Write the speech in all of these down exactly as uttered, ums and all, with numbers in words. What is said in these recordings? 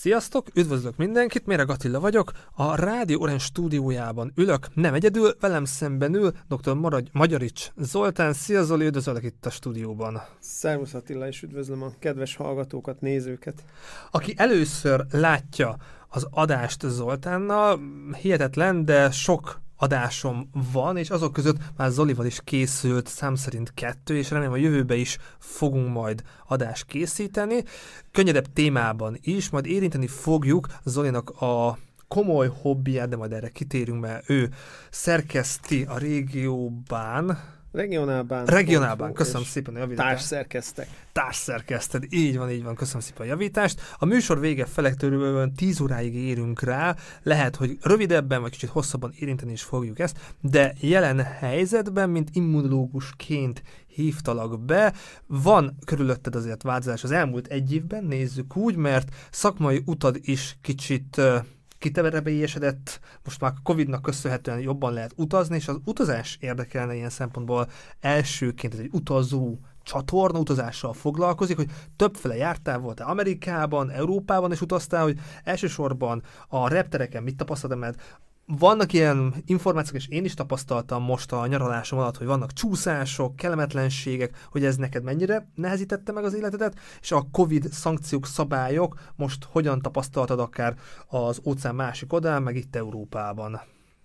Sziasztok, üdvözlök mindenkit, Méreg Attila vagyok, a Rádió Orange stúdiójában ülök, nem egyedül, velem szemben ül doktor Maradj Magyarics Zoltán. Szia Zoli, üdvözöllek itt a stúdióban. Szervusz Attila, és üdvözlöm a kedves hallgatókat, nézőket. Aki először látja az adást Zoltánnal, hihetetlen, de sok adásom van, és azok között már Zolival is készült szám szerint kettő, és remélem a jövőben is fogunk majd adást készíteni. Könnyedebb témában is, majd érinteni fogjuk Zolinak a komoly hobbiját, de majd erre kitérünk, mert ő szerkeszti a régióban. Regionálban. Regionálban, köszönöm szépen a javítást. Társszerkeztek. Társszerkezted, így van, így van, köszönöm szépen a javítást. A műsor vége felett körülbelül tíz óráig érünk rá, lehet, hogy rövidebben, vagy kicsit hosszabban érinteni is fogjuk ezt, de jelen helyzetben, mint immunológusként hívtalak be, van körülötted azért változás az elmúlt egy évben, nézzük úgy, mert szakmai utad is kicsit kiterebélyesedett, most már a Covidnak köszönhetően jobban lehet utazni, és az utazás érdekelne ilyen szempontból elsőként, ez egy utazó csatorna, utazással foglalkozik, hogy többfele jártál, voltál Amerikában, Európában is utaztál, hogy elsősorban a reptereken mit tapasztaltál, mert vannak ilyen információk, és én is tapasztaltam most a nyaralásom alatt, hogy vannak csúszások, kellemetlenségek, hogy ez neked mennyire nehezítette meg az életedet, és a Covid szankciók, szabályok most hogyan tapasztaltad akár az óceán másik oldalán, meg itt Európában?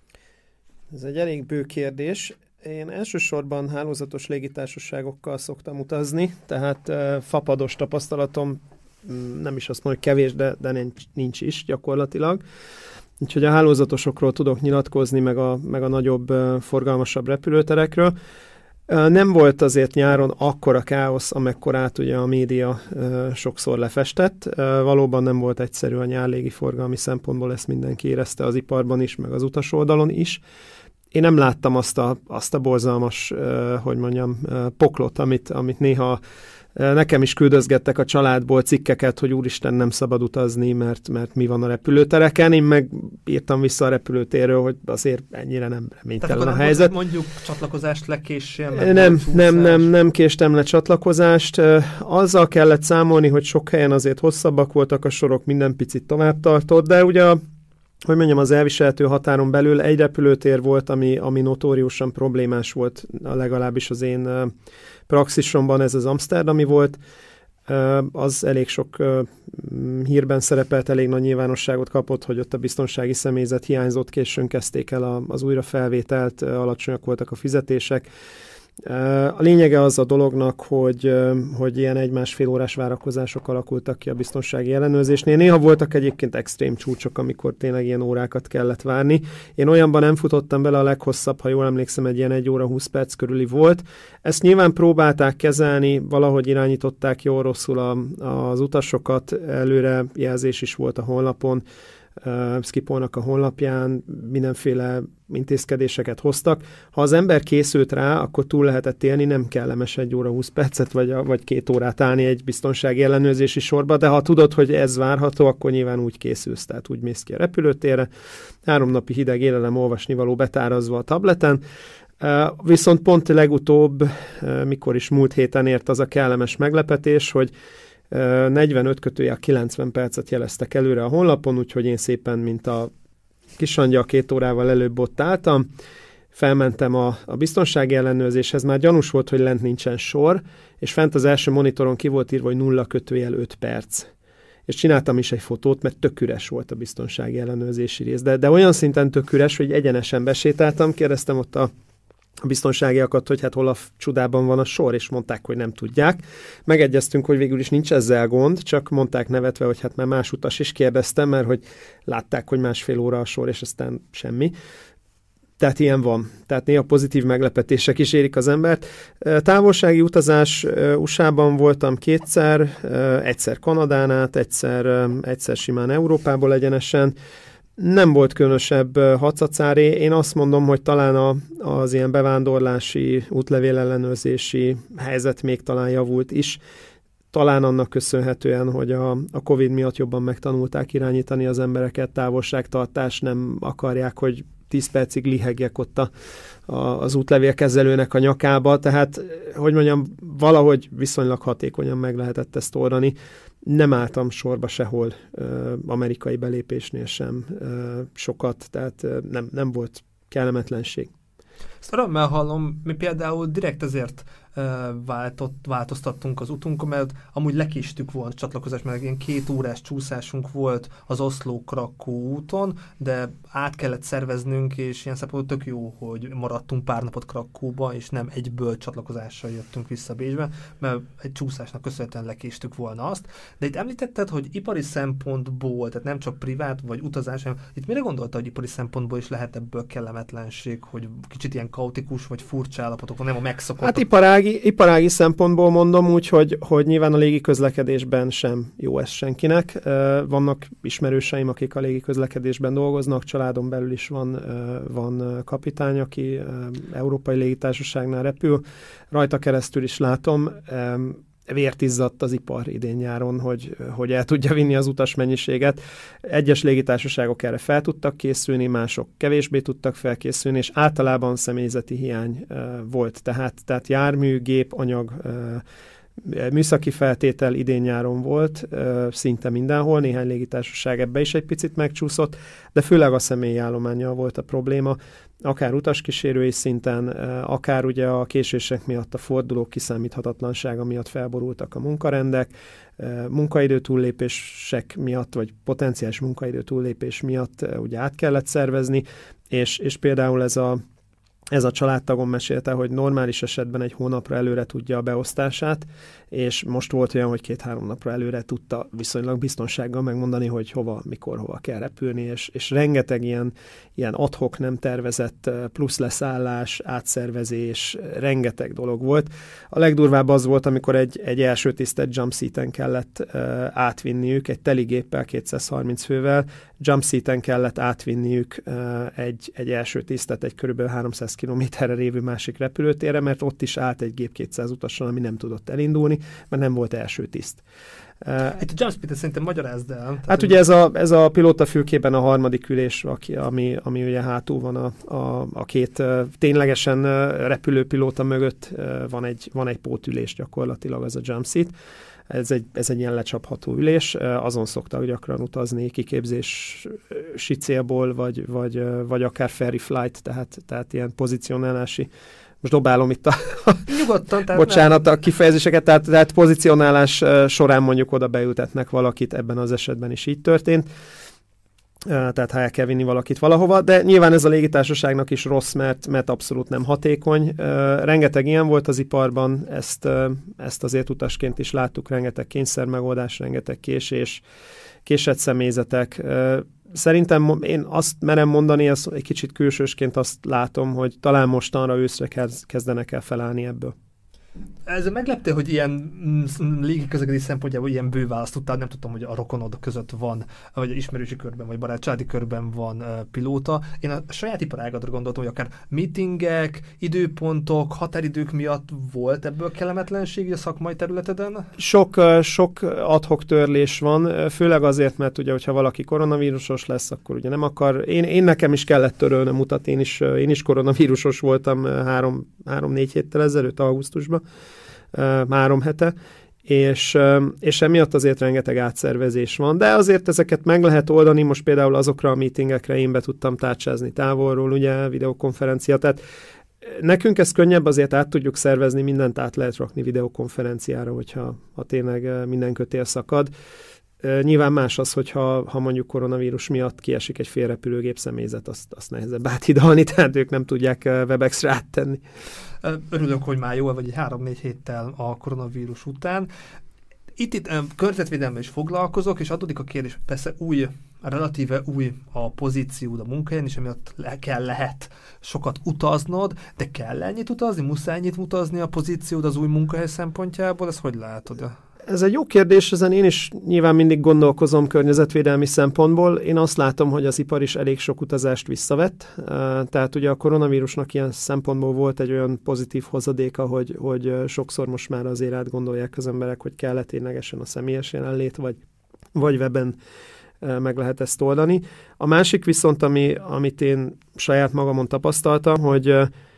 Ez egy elég bő kérdés. Én elsősorban hálózatos légitársaságokkal szoktam utazni, tehát uh, fapados tapasztalatom, nem is azt mondom, hogy kevés, de, de nincs, nincs is gyakorlatilag. Úgyhogy a hálózatosokról tudok nyilatkozni, meg a, meg a nagyobb, forgalmasabb repülőterekről. Nem volt azért nyáron akkora káosz, amekkorát ugye a média sokszor lefestett. Valóban nem volt egyszerű a nyár légiforgalmi szempontból, ezt mindenki érezte az iparban is, meg az utas oldalon is. Én nem láttam azt a, azt a borzalmas, hogy mondjam, poklot, amit, amit néha nekem is küldözgettek a családból cikkeket, hogy úristen, nem szabad utazni, mert, mert mi van a repülőtereken. Én meg írtam vissza a repülőtérről, hogy azért ennyire nem reménytelen a helyzet. Mondjuk csatlakozást lekéssél? Nem, nem, nem, nem késtem le csatlakozást. Azzal kellett számolni, hogy sok helyen azért hosszabbak voltak a sorok, minden picit tovább tartott, de ugye hogy mondjam, az elviselhető határon belül egy repülőtér volt, ami, ami notóriusan problémás volt, legalábbis az én uh, praxisomban, ez az amszterdami volt. Uh, az elég sok uh, hírben szerepelt, elég nagy nyilvánosságot kapott, hogy ott a biztonsági személyzet hiányzott, későn kezdték el a, az újrafelvételt, uh, alacsonyak voltak a fizetések. A lényege az a dolognak, hogy, hogy ilyen egy-másfél órás várakozások alakultak ki a biztonsági ellenőrzésnél. Néha voltak egyébként extrém csúcsok, amikor tényleg ilyen órákat kellett várni. Én olyanban nem futottam bele, a leghosszabb, ha jól emlékszem, egy ilyen egy óra húsz perc körüli volt. Ezt nyilván próbálták kezelni, valahogy irányították jól rosszul a, az utasokat, előre jelzés is volt a honlapon, Uh, Skipolnak a honlapján, mindenféle intézkedéseket hoztak. Ha az ember készült rá, akkor túl lehetett élni, nem kellemes egy óra húsz percet, vagy, vagy két órát állni egy biztonsági ellenőrzési sorba, de ha tudod, hogy ez várható, akkor nyilván úgy készülsz, tehát úgy mész ki a repülőtérre, három napi hideg élelem, olvasnivaló betárazva a tableten. Uh, viszont pont legutóbb, uh, mikor is múlt héten ért az a kellemes meglepetés, hogy negyvenöt kötőjel kilencven percet jeleztek előre a honlapon, úgyhogy én szépen, mint a kisangya, két órával előbb ott álltam, felmentem a, a biztonsági ellenőrzéshez, már gyanús volt, hogy lent nincsen sor, és fent az első monitoron ki volt írva, hogy nulla kötőjel öt perc. És csináltam is egy fotót, mert tök üres volt a biztonsági ellenőrzési rész, de, de olyan szinten tök üres, hogy egyenesen besétáltam, kérdeztem ott a a biztonságiakat, hogy hát hol a csodában van a sor, és mondták, hogy nem tudják. Megegyeztünk, hogy végül is nincs ezzel gond, csak mondták nevetve, hogy hát már más utas is kérdeztem, mert hogy látták, hogy másfél óra a sor, és aztán semmi. Tehát ilyen van. Tehát néha pozitív meglepetések is érik az embert. Távolsági utazás, u es á-ban voltam kétszer, egyszer Kanadán át, egyszer, egyszer simán Európából egyenesen. Nem volt különösebb hacacáré. Én azt mondom, hogy talán a, az ilyen bevándorlási, útlevél ellenőrzési helyzet még talán javult is. Talán annak köszönhetően, hogy a, a Covid miatt jobban megtanulták irányítani az embereket, távolságtartás, nem akarják, hogy tíz percig lihegjek ott a, a, az útlevélkezelőnek a nyakába, tehát, hogy mondjam, valahogy viszonylag hatékonyan meg lehetett ezt oldani. Nem álltam sorba sehol ö, amerikai belépésnél sem ö, sokat, tehát ö, nem, nem volt kellemetlenség. Ezt örömmel hallom, mi például direkt ezért uh, váltott, változtattunk az utunkon, mert amúgy lekéstük volna csatlakozást, mert ilyen két órás csúszásunk volt az Oszló-Krakó úton, de át kellett szerveznünk, és ilyen szempontból tök jó, hogy maradtunk pár napot Krakóba, és nem egyből csatlakozással jöttünk vissza Bécsbe, mert egy csúszásnak köszönhetően lekéstük volna azt. De itt említetted, hogy ipari szempontból, tehát nem csak privát vagy utazás, hanem itt mire gondolta, hogy ipari szempontból is lehet ebből kellemetlenség, hogy kicsit ilyen kaotikus vagy furcsa állapotok van, nem a megszokott. Hát iparági, iparági szempontból mondom úgy, hogy, hogy nyilván a légiközlekedésben sem jó ez senkinek. Vannak ismerőseim, akik a légiközlekedésben dolgoznak, családon belül is van, van kapitány, aki európai légitársaságnál repül. Rajta keresztül is látom, vért izzadt az ipar idén-nyáron, hogy, hogy el tudja vinni az utasmennyiséget. Egyes légitársaságok erre fel tudtak készülni, mások kevésbé tudtak felkészülni, és általában személyzeti hiány uh, volt. Tehát, tehát jármű, gép, anyag, uh, műszaki feltétel idén-nyáron volt, uh, szinte mindenhol, néhány légitársaság ebbe is egy picit megcsúszott, de főleg a személyi állománnyal volt a probléma, akár utaskísérői szinten, akár ugye a késések miatt, a fordulók kiszámíthatatlansága miatt felborultak a munkarendek, munkaidő túllépések miatt, vagy potenciális munkaidő túllépés miatt ugye át kellett szervezni, és, és például ez a Ez a családtagom mesélte, hogy normális esetben egy hónapra előre tudja a beosztását, és most volt olyan, hogy két-három napra előre tudta viszonylag biztonsággal megmondani, hogy hova, mikor, hova kell repülni, és, és rengeteg ilyen, ilyen ad-hoc nem tervezett plusz leszállás, átszervezés, rengeteg dolog volt. A legdurvább az volt, amikor egy, egy első tisztet jumpseaten kellett uh, átvinniük, egy teli géppel, kétszázharminc fővel, jumpseaten kellett átvinniük uh, egy, egy első tisztet, egy körülbelül háromszáz kilométerre lévő másik repülőtérre, mert ott is állt egy gép kétszáz utason, ami nem tudott elindulni, mert nem volt első tiszt. Itt a jumpseatet szerintem magyarázd el. Tehát hát ugye ez a, ez a pilótafülkében a harmadik ülés, aki, ami, ami ugye hátul van a, a, a két ténylegesen repülőpilóta mögött van egy, van egy pótülés gyakorlatilag, az a jumpseat. Ez egy, ez egy ilyen lecsapható ülés, azon szoktak gyakran utazni kiképzési célból, vagy, vagy, vagy akár ferry flight, tehát, tehát ilyen pozicionálási. Most dobálom itt a, Nyugodtan, tehát bocsánat, a kifejezéseket, tehát, tehát pozicionálás során mondjuk oda beültetnek valakit, ebben az esetben is így történt. Tehát ha el kell vinni valakit valahova, de nyilván ez a légitársaságnak is rossz, mert, mert abszolút nem hatékony. Rengeteg ilyen volt az iparban, ezt, ezt azért utasként is láttuk, rengeteg kényszermegoldás, rengeteg késés, késett személyzetek. Szerintem én azt merem mondani, ez egy kicsit külsősként azt látom, hogy talán mostanra őszre kezdenek el felállni ebből. Ez meglepte, hogy ilyen légiközlekedés szempontjából ilyen bő választ tudtál, nem tudtam, hogy a rokonod között van, vagy ismerősi körben, vagy barátsági körben van uh, pilóta. Én a saját iparágadra gondoltam, hogy akár meetingek, időpontok, határidők miatt volt ebből kellemetlenség a szakmai területeden? Sok, uh, sok ad-hoc törlés van, főleg azért, mert ugye, hogyha valaki koronavírusos lesz, akkor ugye nem akar. Én, én nekem is kellett törölnöm utat, én is, én is koronavírusos voltam három, három-négy héttel ezelőtt, augusztusban. Három hete, és, és emiatt azért rengeteg átszervezés van, de azért ezeket meg lehet oldani, most például azokra a meetingekre én be tudtam tárcsázni távolról, ugye, videokonferencia, tehát nekünk ez könnyebb, azért át tudjuk szervezni, mindent át lehet rakni videokonferenciára, hogyha ha tényleg minden kötél szakad. Nyilván más az, hogyha ha mondjuk koronavírus miatt kiesik egy fél repülőgép személyzet, azt, azt nehezebb áthidalni, tehát ők nem tudják Webexre áttenni. Örülök, hogy már jól vagy egy három-négy héttel a koronavírus után. Itt, itt környezetvédelemmel is foglalkozok, és adódik a kérdés, persze új, relatíve új a pozíciód a munkahelyen, és emiatt le kell, lehet sokat utaznod, de kell ennyit utazni, muszáj ennyit utazni a pozíciód az új munkahely szempontjából, ezt hogy látod? Ez egy jó kérdés, ezen én is nyilván mindig gondolkozom környezetvédelmi szempontból. Én azt látom, hogy az ipar is elég sok utazást visszavett. Tehát ugye a koronavírusnak ilyen szempontból volt egy olyan pozitív hozadéka, hogy, hogy sokszor most már azért átgondolják az emberek, hogy kell-e ténylegesen a személyes jelenlét, vagy, vagy weben meg lehet ezt oldani. A másik viszont, ami, amit én saját magamon tapasztaltam, hogy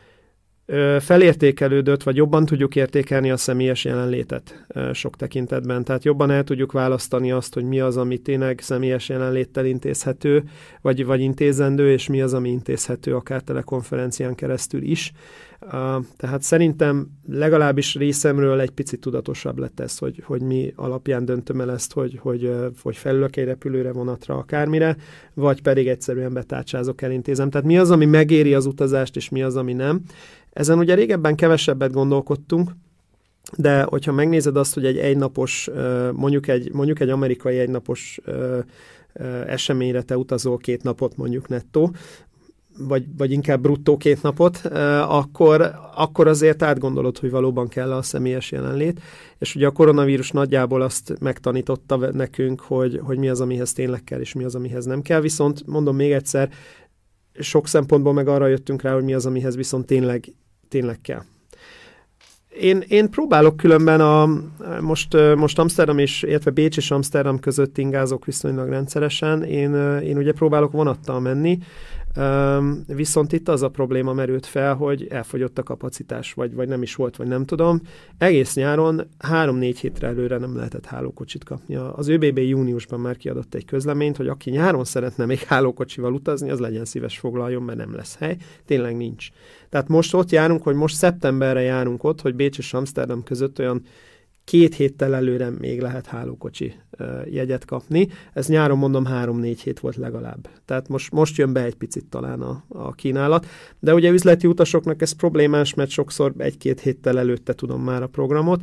felértékelődött, vagy jobban tudjuk értékelni a személyes jelenlétet sok tekintetben. Tehát jobban el tudjuk választani azt, hogy mi az, ami tényleg személyes jelenléttel intézhető, vagy, vagy intézendő, és mi az, ami intézhető akár telekonferencián keresztül is. Tehát szerintem legalábbis részemről egy picit tudatosabb lett ez, hogy, hogy mi alapján döntöm el ezt, hogy, hogy, hogy felülök egy repülőre, vonatra, akármire, vagy pedig egyszerűen betárcsázok, elintézem. Tehát mi az, ami megéri az utazást, és mi az, ami nem. Ezen ugye régebben kevesebbet gondolkodtunk, de hogyha megnézed azt, hogy egy egynapos, mondjuk egy, mondjuk egy amerikai egynapos eseményre te utazol két napot mondjuk nettó, vagy, vagy inkább bruttó két napot, akkor, akkor azért átgondolod, hogy valóban kell a személyes jelenlét. És ugye a koronavírus nagyjából azt megtanította nekünk, hogy, hogy mi az, amihez tényleg kell, és mi az, amihez nem kell. Viszont mondom még egyszer, sok szempontból meg arra jöttünk rá, hogy mi az, amihez viszont tényleg, tényleg kell. Én, én próbálok különben a, most, most Amsterdam és, illetve Bécs és Amsterdam között ingázok viszonylag rendszeresen. Én, én ugye próbálok vonattal menni, viszont itt az a probléma merült fel, hogy elfogyott a kapacitás, vagy, vagy nem is volt, vagy nem tudom. Egész nyáron három-négy hétre előre nem lehetett hálókocsit kapni. Az ÖBB júniusban már kiadott egy közleményt, hogy aki nyáron szeretne még hálókocsival utazni, az legyen szíves foglaljon, mert nem lesz hely. Tényleg nincs. Tehát most ott járunk, hogy most szeptemberre járunk ott, hogy Bécs és Amsterdam között olyan két héttel előre még lehet hálókocsi uh, jegyet kapni. Ez nyáron mondom három-négy hét volt legalább. Tehát most, most jön be egy picit talán a, a kínálat. De ugye üzleti utasoknak ez problémás, mert sokszor egy-két héttel előtte tudom már a programot.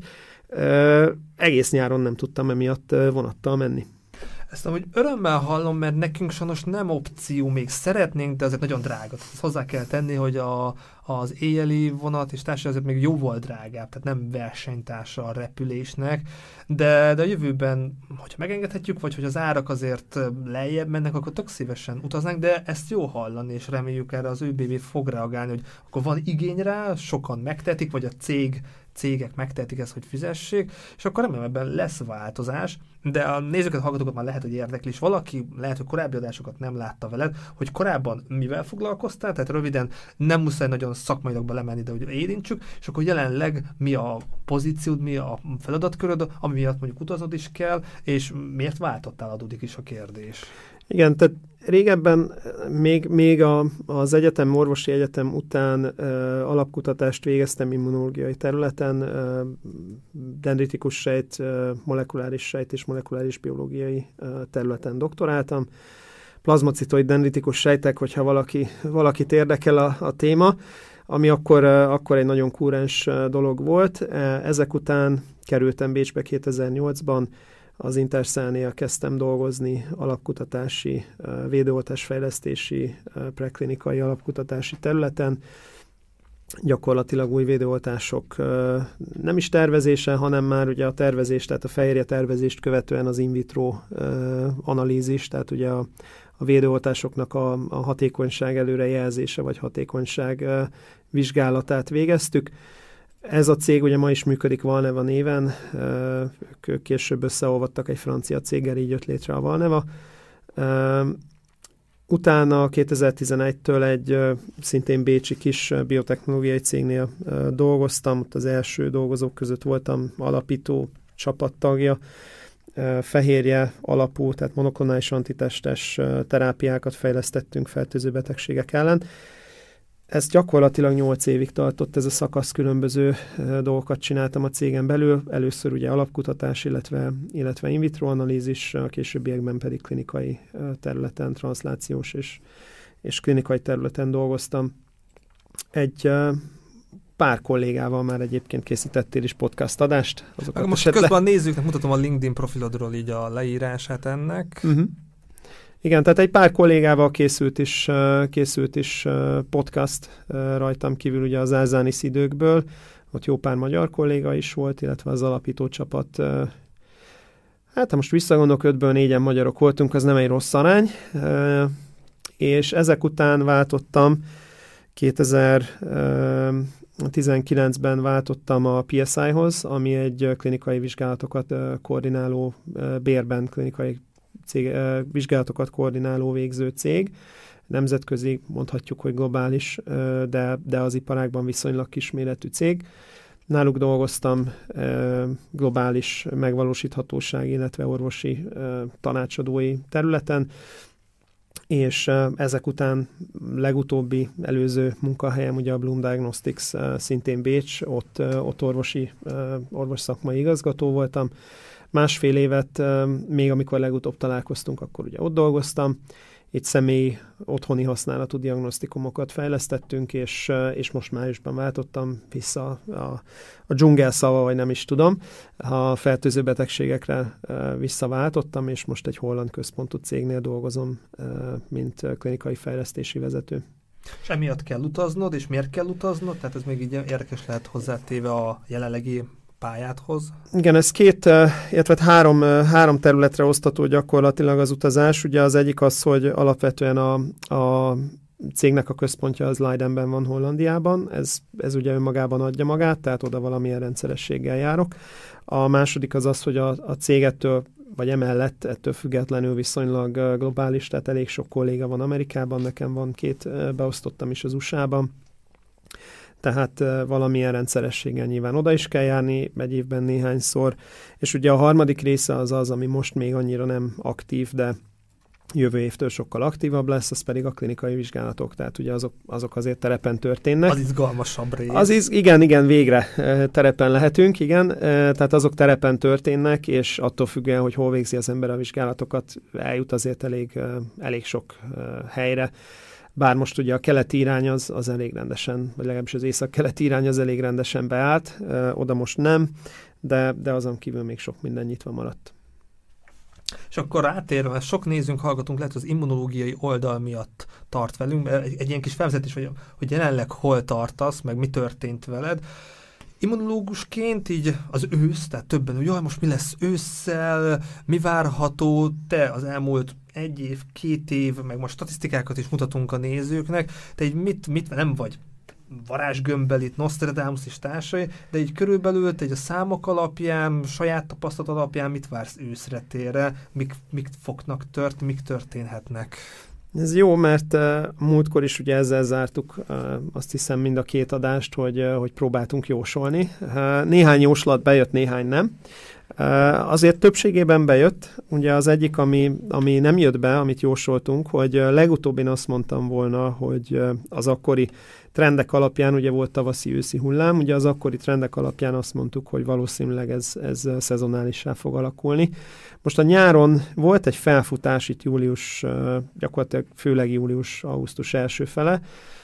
Uh, egész nyáron nem tudtam emiatt uh, vonattal menni. Ezt amúgy örömmel hallom, mert nekünk sajnos nem opció, még szeretnénk, de azért nagyon drága. Ezt hozzá kell tenni, hogy a, az éjjeli vonat és társaság azért még jóval drágább, tehát nem versenytársa a repülésnek, de, de a jövőben, hogyha megengedhetjük, vagy hogy az árak azért lejjebb mennek, akkor tök szívesen utaznánk, de ezt jó hallani, és reméljük erre az ÖBB fog reagálni, hogy akkor van igény rá, sokan megtehetik, vagy a cég cégek megtehetik ezt, hogy fizessék, és akkor remélem ebben lesz változás, de a nézőket, hallgatókat már lehet, hogy érdekli, és valaki lehet, hogy korábbi adásokat nem látta veled, hogy korábban mivel foglalkoztál, tehát röviden nem muszáj nagyon szakmailag belemenni, de hogy érintsük, és akkor jelenleg mi a pozíciód, mi a feladatköröd, ami miatt mondjuk utaznod is kell, és miért váltottál, adódik is a kérdés. Igen, tehát régebben még, még a, az egyetem, orvosi egyetem után uh, alapkutatást végeztem immunológiai területen, uh, dendritikus sejt, uh, molekuláris sejt és molekuláris biológiai uh, területen doktoráltam. Plazmacitoid dendritikus sejtek, hogyha valaki, valakit érdekel a, a téma, ami akkor, uh, akkor egy nagyon kúrens uh, dolog volt. Uh, ezek után kerültem Bécsbe kétezer-nyolcban, az Intercellnél kezdtem dolgozni alapkutatási, védőoltásfejlesztési, preklinikai alapkutatási területen. Gyakorlatilag új védőoltások nem is tervezése, hanem már ugye a tervezés, tehát a fehérje tervezést követően az in vitro analízis, tehát ugye a, a védőoltásoknak a, a hatékonyság előrejelzése, vagy hatékonyság vizsgálatát végeztük. Ez a cég ugye ma is működik Valneva néven, ők később összeolvadtak egy francia céggel, így jött létre a Valneva. Utána kétezer-tizenegytől egy szintén bécsi kis biotechnológiai cégnél dolgoztam, ott az első dolgozók között voltam alapító csapattagja, fehérje alapú, tehát monoklonális antitestes terápiákat fejlesztettünk fertőző betegségek ellen. Ez gyakorlatilag nyolc évig tartott, ez a szakasz, különböző dolgokat csináltam a cégen belül. Először ugye alapkutatás, illetve, illetve in vitro analízis, a későbbiekben pedig klinikai területen, transzlációs és, és klinikai területen dolgoztam. Egy pár kollégával már egyébként készítettél is podcast adást. Most esetleg... közben a nézőknek mutatom a LinkedIn profilodról így a leírását ennek. Uh-huh. Igen, tehát egy pár kollégával készült is, készült is podcast rajtam kívül ugye az Ázánisz időkből, ott jó pár magyar kolléga is volt, illetve az alapító csapat. Hát ha most visszagondolok, ötből négyen magyarok voltunk, az nem egy rossz arány, és ezek után váltottam, kétezer-tizenkilencben váltottam a pé es i-hoz, ami egy klinikai vizsgálatokat koordináló bérben klinikai cég, vizsgálatokat koordináló végző cég. Nemzetközi, mondhatjuk, hogy globális, de, de az iparágban viszonylag kisméretű cég. Náluk dolgoztam globális megvalósíthatóság, illetve orvosi tanácsadói területen, és ezek után legutóbbi előző munkahelyem, ugye a Bloom Diagnostics, szintén Bécs, ott, ott orvosi, orvos szakmai igazgató voltam. Másfél évet, még amikor legutóbb találkoztunk, akkor ugye ott dolgoztam. Itt személyi otthoni használatú diagnosztikumokat fejlesztettünk, és, és most májusban váltottam vissza a, a dzsungel szava, vagy nem is tudom. A fertőző betegségekre visszaváltottam, és most egy holland központú cégnél dolgozom, mint klinikai fejlesztési vezető. És emiatt kell utaznod, és miért kell utaznod? Tehát ez még így érdekes lehet hozzátéve a jelenlegi pályádhoz? Igen, ez két, illetve három, három területre osztató gyakorlatilag az utazás. Ugye az egyik az, hogy alapvetően a, a cégnek a központja az Leidenben van, Hollandiában. Ez, ez ugye önmagában adja magát, tehát oda valamilyen rendszerességgel járok. A második az az, hogy a, a cégettől, vagy emellett ettől függetlenül viszonylag globális, tehát elég sok kolléga van Amerikában, nekem van két, beosztottam is az u es á-ban. Tehát valamilyen rendszerességgel nyilván oda is kell járni, egy évben néhányszor. És ugye a harmadik része az az, ami most még annyira nem aktív, de jövő évtől sokkal aktívabb lesz, az pedig a klinikai vizsgálatok, tehát ugye azok, azok azért terepen történnek. Az izgalmasabb rész. Az iz, igen, igen, végre terepen lehetünk, igen, tehát azok terepen történnek, és attól függően, hogy hol végzi az ember a vizsgálatokat, eljut azért elég, elég sok helyre. Bár most ugye a keleti irány az, az elég rendesen, vagy legalábbis az észak-keleti irány az elég rendesen beállt, ö, oda most nem, de, de azon kívül még sok minden nyitva maradt. És akkor rátérve, sok nézőnk, hallgatunk, lehet, az immunológiai oldal miatt tart velünk, egy, egy ilyen kis felvezetés, hogy, hogy jelenleg hol tartasz, meg mi történt veled. Immunológusként így az ősz, tehát többen, hogy jaj, most mi lesz ősszel, mi várható, te az elmúlt egy év, két év, meg most statisztikákat is mutatunk a nézőknek, te így mit, mit nem vagy varázsgömbbel itt, Nostradamus és társai, de így körülbelül te így a számok alapján, saját tapasztalat alapján mit vársz őszre térre, mik, mik fognak történni, mik történhetnek? Ez jó, mert uh, múltkor is ugye ezzel zártuk uh, azt hiszem mind a két adást, hogy, uh, hogy próbáltunk jósolni. Uh, néhány jóslat bejött, néhány nem. Uh, azért többségében bejött. Ugye az egyik, ami, ami nem jött be, amit jósoltunk, hogy uh, legutóbb én azt mondtam volna, hogy uh, az akkori trendek alapján, ugye volt tavaszi-őszi hullám, ugye az akkori trendek alapján azt mondtuk, hogy valószínűleg ez, ez szezonálissá fog alakulni. Most a nyáron volt egy felfutás itt július, gyakorlatilag főleg július-augusztus első fele,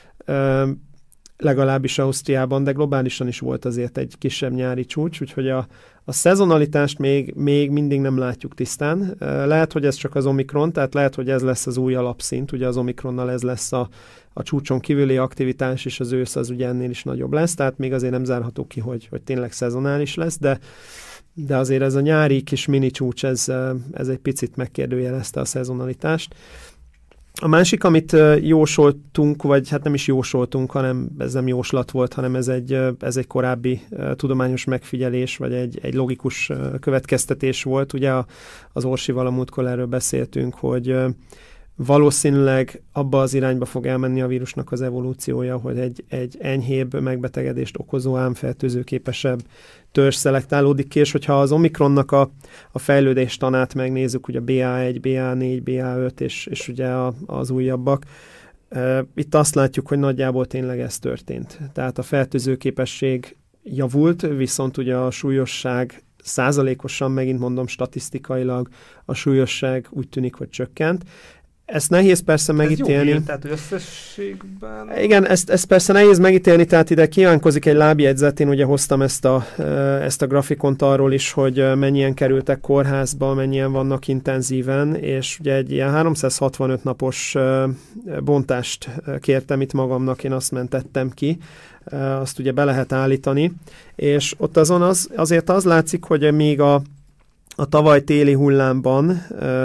legalábbis Ausztriában, de globálisan is volt azért egy kisebb nyári csúcs, úgyhogy a, a szezonalitást még, még mindig nem látjuk tisztán. Lehet, hogy ez csak az Omikron, tehát lehet, hogy ez lesz az új alapszint, ugye az Omikronnal ez lesz a, a csúcson kívüli aktivitás, és az ősz az ugye ennél is nagyobb lesz, tehát még azért nem zárható ki, hogy, hogy tényleg szezonális lesz, de, de azért ez a nyári kis mini csúcs, ez, ez egy picit megkérdőjelezte a szezonalitást. A másik, amit jósoltunk, vagy hát nem is jósoltunk, hanem ez nem jóslat volt, hanem ez egy, ez egy korábbi tudományos megfigyelés, vagy egy, egy logikus következtetés volt. Ugye az Orsival a múltkor erről beszéltünk, hogy valószínűleg abba az irányba fog elmenni a vírusnak az evolúciója, hogy egy, egy enyhébb megbetegedést okozó, ám fertőzőképesebb törzs szelektálódik ki, és hogyha az Omikronnak a, a fejlődés tanát megnézzük, ugye bé á egy, bé á négy, bé á öt, és, és ugye a, az újabbak, itt azt látjuk, hogy nagyjából tényleg ez történt. Tehát a fertőzőképesség javult, viszont ugye a súlyosság százalékosan, megint mondom statisztikailag, a súlyosság úgy tűnik, hogy csökkent. Ezt nehéz persze megítélni. Ez jó, tehát összességben... Igen, ezt, ezt persze nehéz megítélni, tehát ide kívánkozik egy lábjegyzet, én ugye hoztam ezt a, ezt a grafikont arról is, hogy mennyien kerültek kórházba, mennyien vannak intenzíven, és ugye egy ilyen háromszázhatvanöt napos bontást kértem itt magamnak, én azt mentettem ki, azt ugye be lehet állítani, és ott azon az, azért az látszik, hogy még a, a tavaly téli hullámban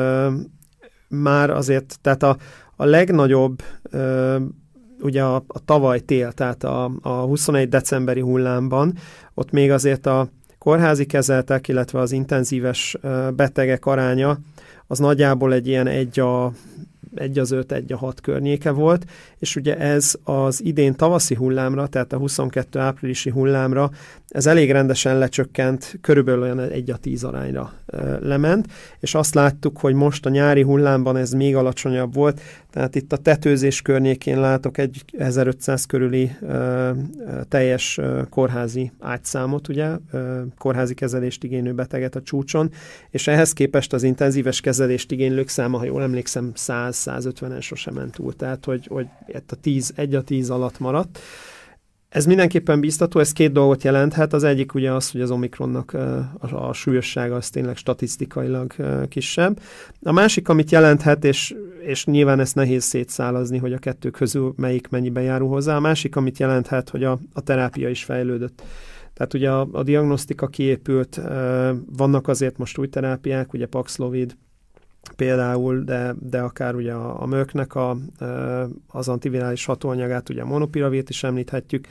már azért, tehát a, a legnagyobb, ö, ugye a, a tavaly tél, tehát a, a huszonegy decemberi hullámban, ott még azért a kórházi kezeltek, illetve az intenzíves ö, betegek aránya, az nagyjából egy ilyen egy a egy az öt, egy a hat környéke volt, és ugye ez az idén tavaszi hullámra, tehát a huszonkettő áprilisi hullámra, ez elég rendesen lecsökkent, körülbelül olyan egy a tíz arányra e, lement, és azt láttuk, hogy most a nyári hullámban ez még alacsonyabb volt, tehát itt a tetőzés környékén látok egy ezerötszáz körüli e, e, teljes e, kórházi ágyszámot, ugye, e, kórházi kezelést igénylő beteget a csúcson, és ehhez képest az intenzíves kezelést igénylők száma, ha jól emlékszem, száz-százötvenen sosem ment túl, tehát hogy, hogy a tíz, egy a tíz alatt maradt. Ez mindenképpen biztató, ez két dolgot jelenthet. Az egyik ugye az, hogy az Omikronnak a, a súlyossága az tényleg statisztikailag kisebb. A másik, amit jelenthet, és, és nyilván ezt nehéz szétszálazni, hogy a kettő közül melyik mennyiben járul hozzá. A másik, amit jelenthet, hogy a, a terápia is fejlődött. Tehát ugye a, a diagnosztika kiépült, vannak azért most új terápiák, ugye Paxlovid például, de, de akár ugye a, a Mercknek a, az antivirális hatóanyagát, ugye a Monopiravir is említhetjük.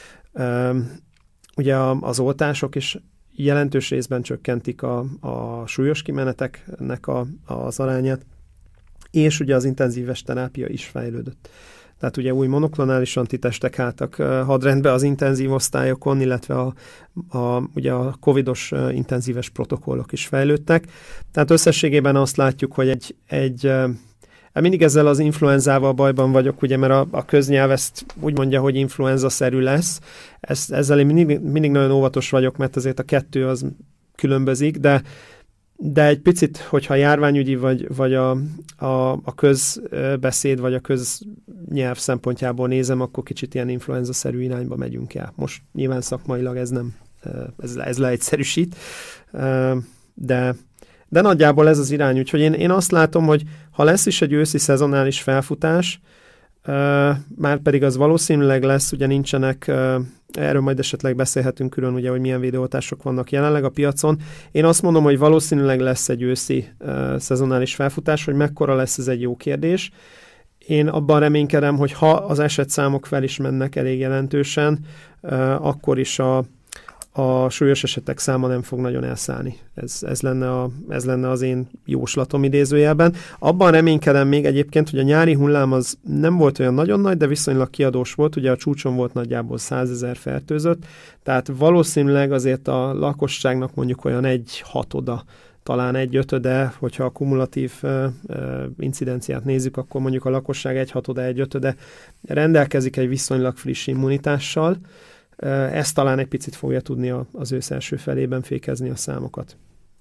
Ugye az oltások is jelentős részben csökkentik a, a súlyos kimeneteknek a, az arányát, és ugye az intenzíves terápia is fejlődött. Tehát ugye új monoklonális antitestek álltak hadrendbe az intenzív osztályokon, illetve a, a, ugye a covidos intenzíves protokollok is fejlődtek. Tehát összességében azt látjuk, hogy egy, egy mindig ezzel az influenzával bajban vagyok, ugye, mert a, a köznyelv ezt úgy mondja, hogy influenza-szerű lesz. Ezt, ezzel én mindig, mindig nagyon óvatos vagyok, mert azért a kettő az különbözik, de De egy picit, hogyha járványügyi, vagy, vagy a, a, a közbeszéd, vagy a köznyelv szempontjából nézem, akkor kicsit ilyen influenza-szerű irányba megyünk el. Most nyilván szakmailag ez nem, ez, ez leegyszerűsít, de, de nagyjából ez az irány. Úgyhogy én, én azt látom, hogy ha lesz is egy őszi szezonális felfutás, már pedig az valószínűleg lesz, ugye nincsenek, erről majd esetleg beszélhetünk külön, ugye, hogy milyen védőoltások vannak jelenleg a piacon. Én azt mondom, hogy valószínűleg lesz egy őszi uh, szezonális felfutás, hogy mekkora lesz, ez egy jó kérdés. Én abban reménykedem, hogy ha az esetszámok fel is mennek elég jelentősen, uh, akkor is a a súlyos esetek száma nem fog nagyon elszállni. Ez, ez, lenne a, ez lenne az én jóslatom idézőjelben. Abban reménykedem még egyébként, hogy a nyári hullám az nem volt olyan nagyon nagy, de viszonylag kiadós volt. Ugye a csúcson volt nagyjából százezer fertőzött, tehát valószínűleg azért a lakosságnak mondjuk olyan egy hatoda, talán egy ötöde, hogyha a kumulatív uh, uh, incidenciát nézzük, akkor mondjuk a lakosság egy hatoda, egy ötöde rendelkezik egy viszonylag friss immunitással. Ez talán egy picit fogja tudni az ősz első felében fékezni a számokat.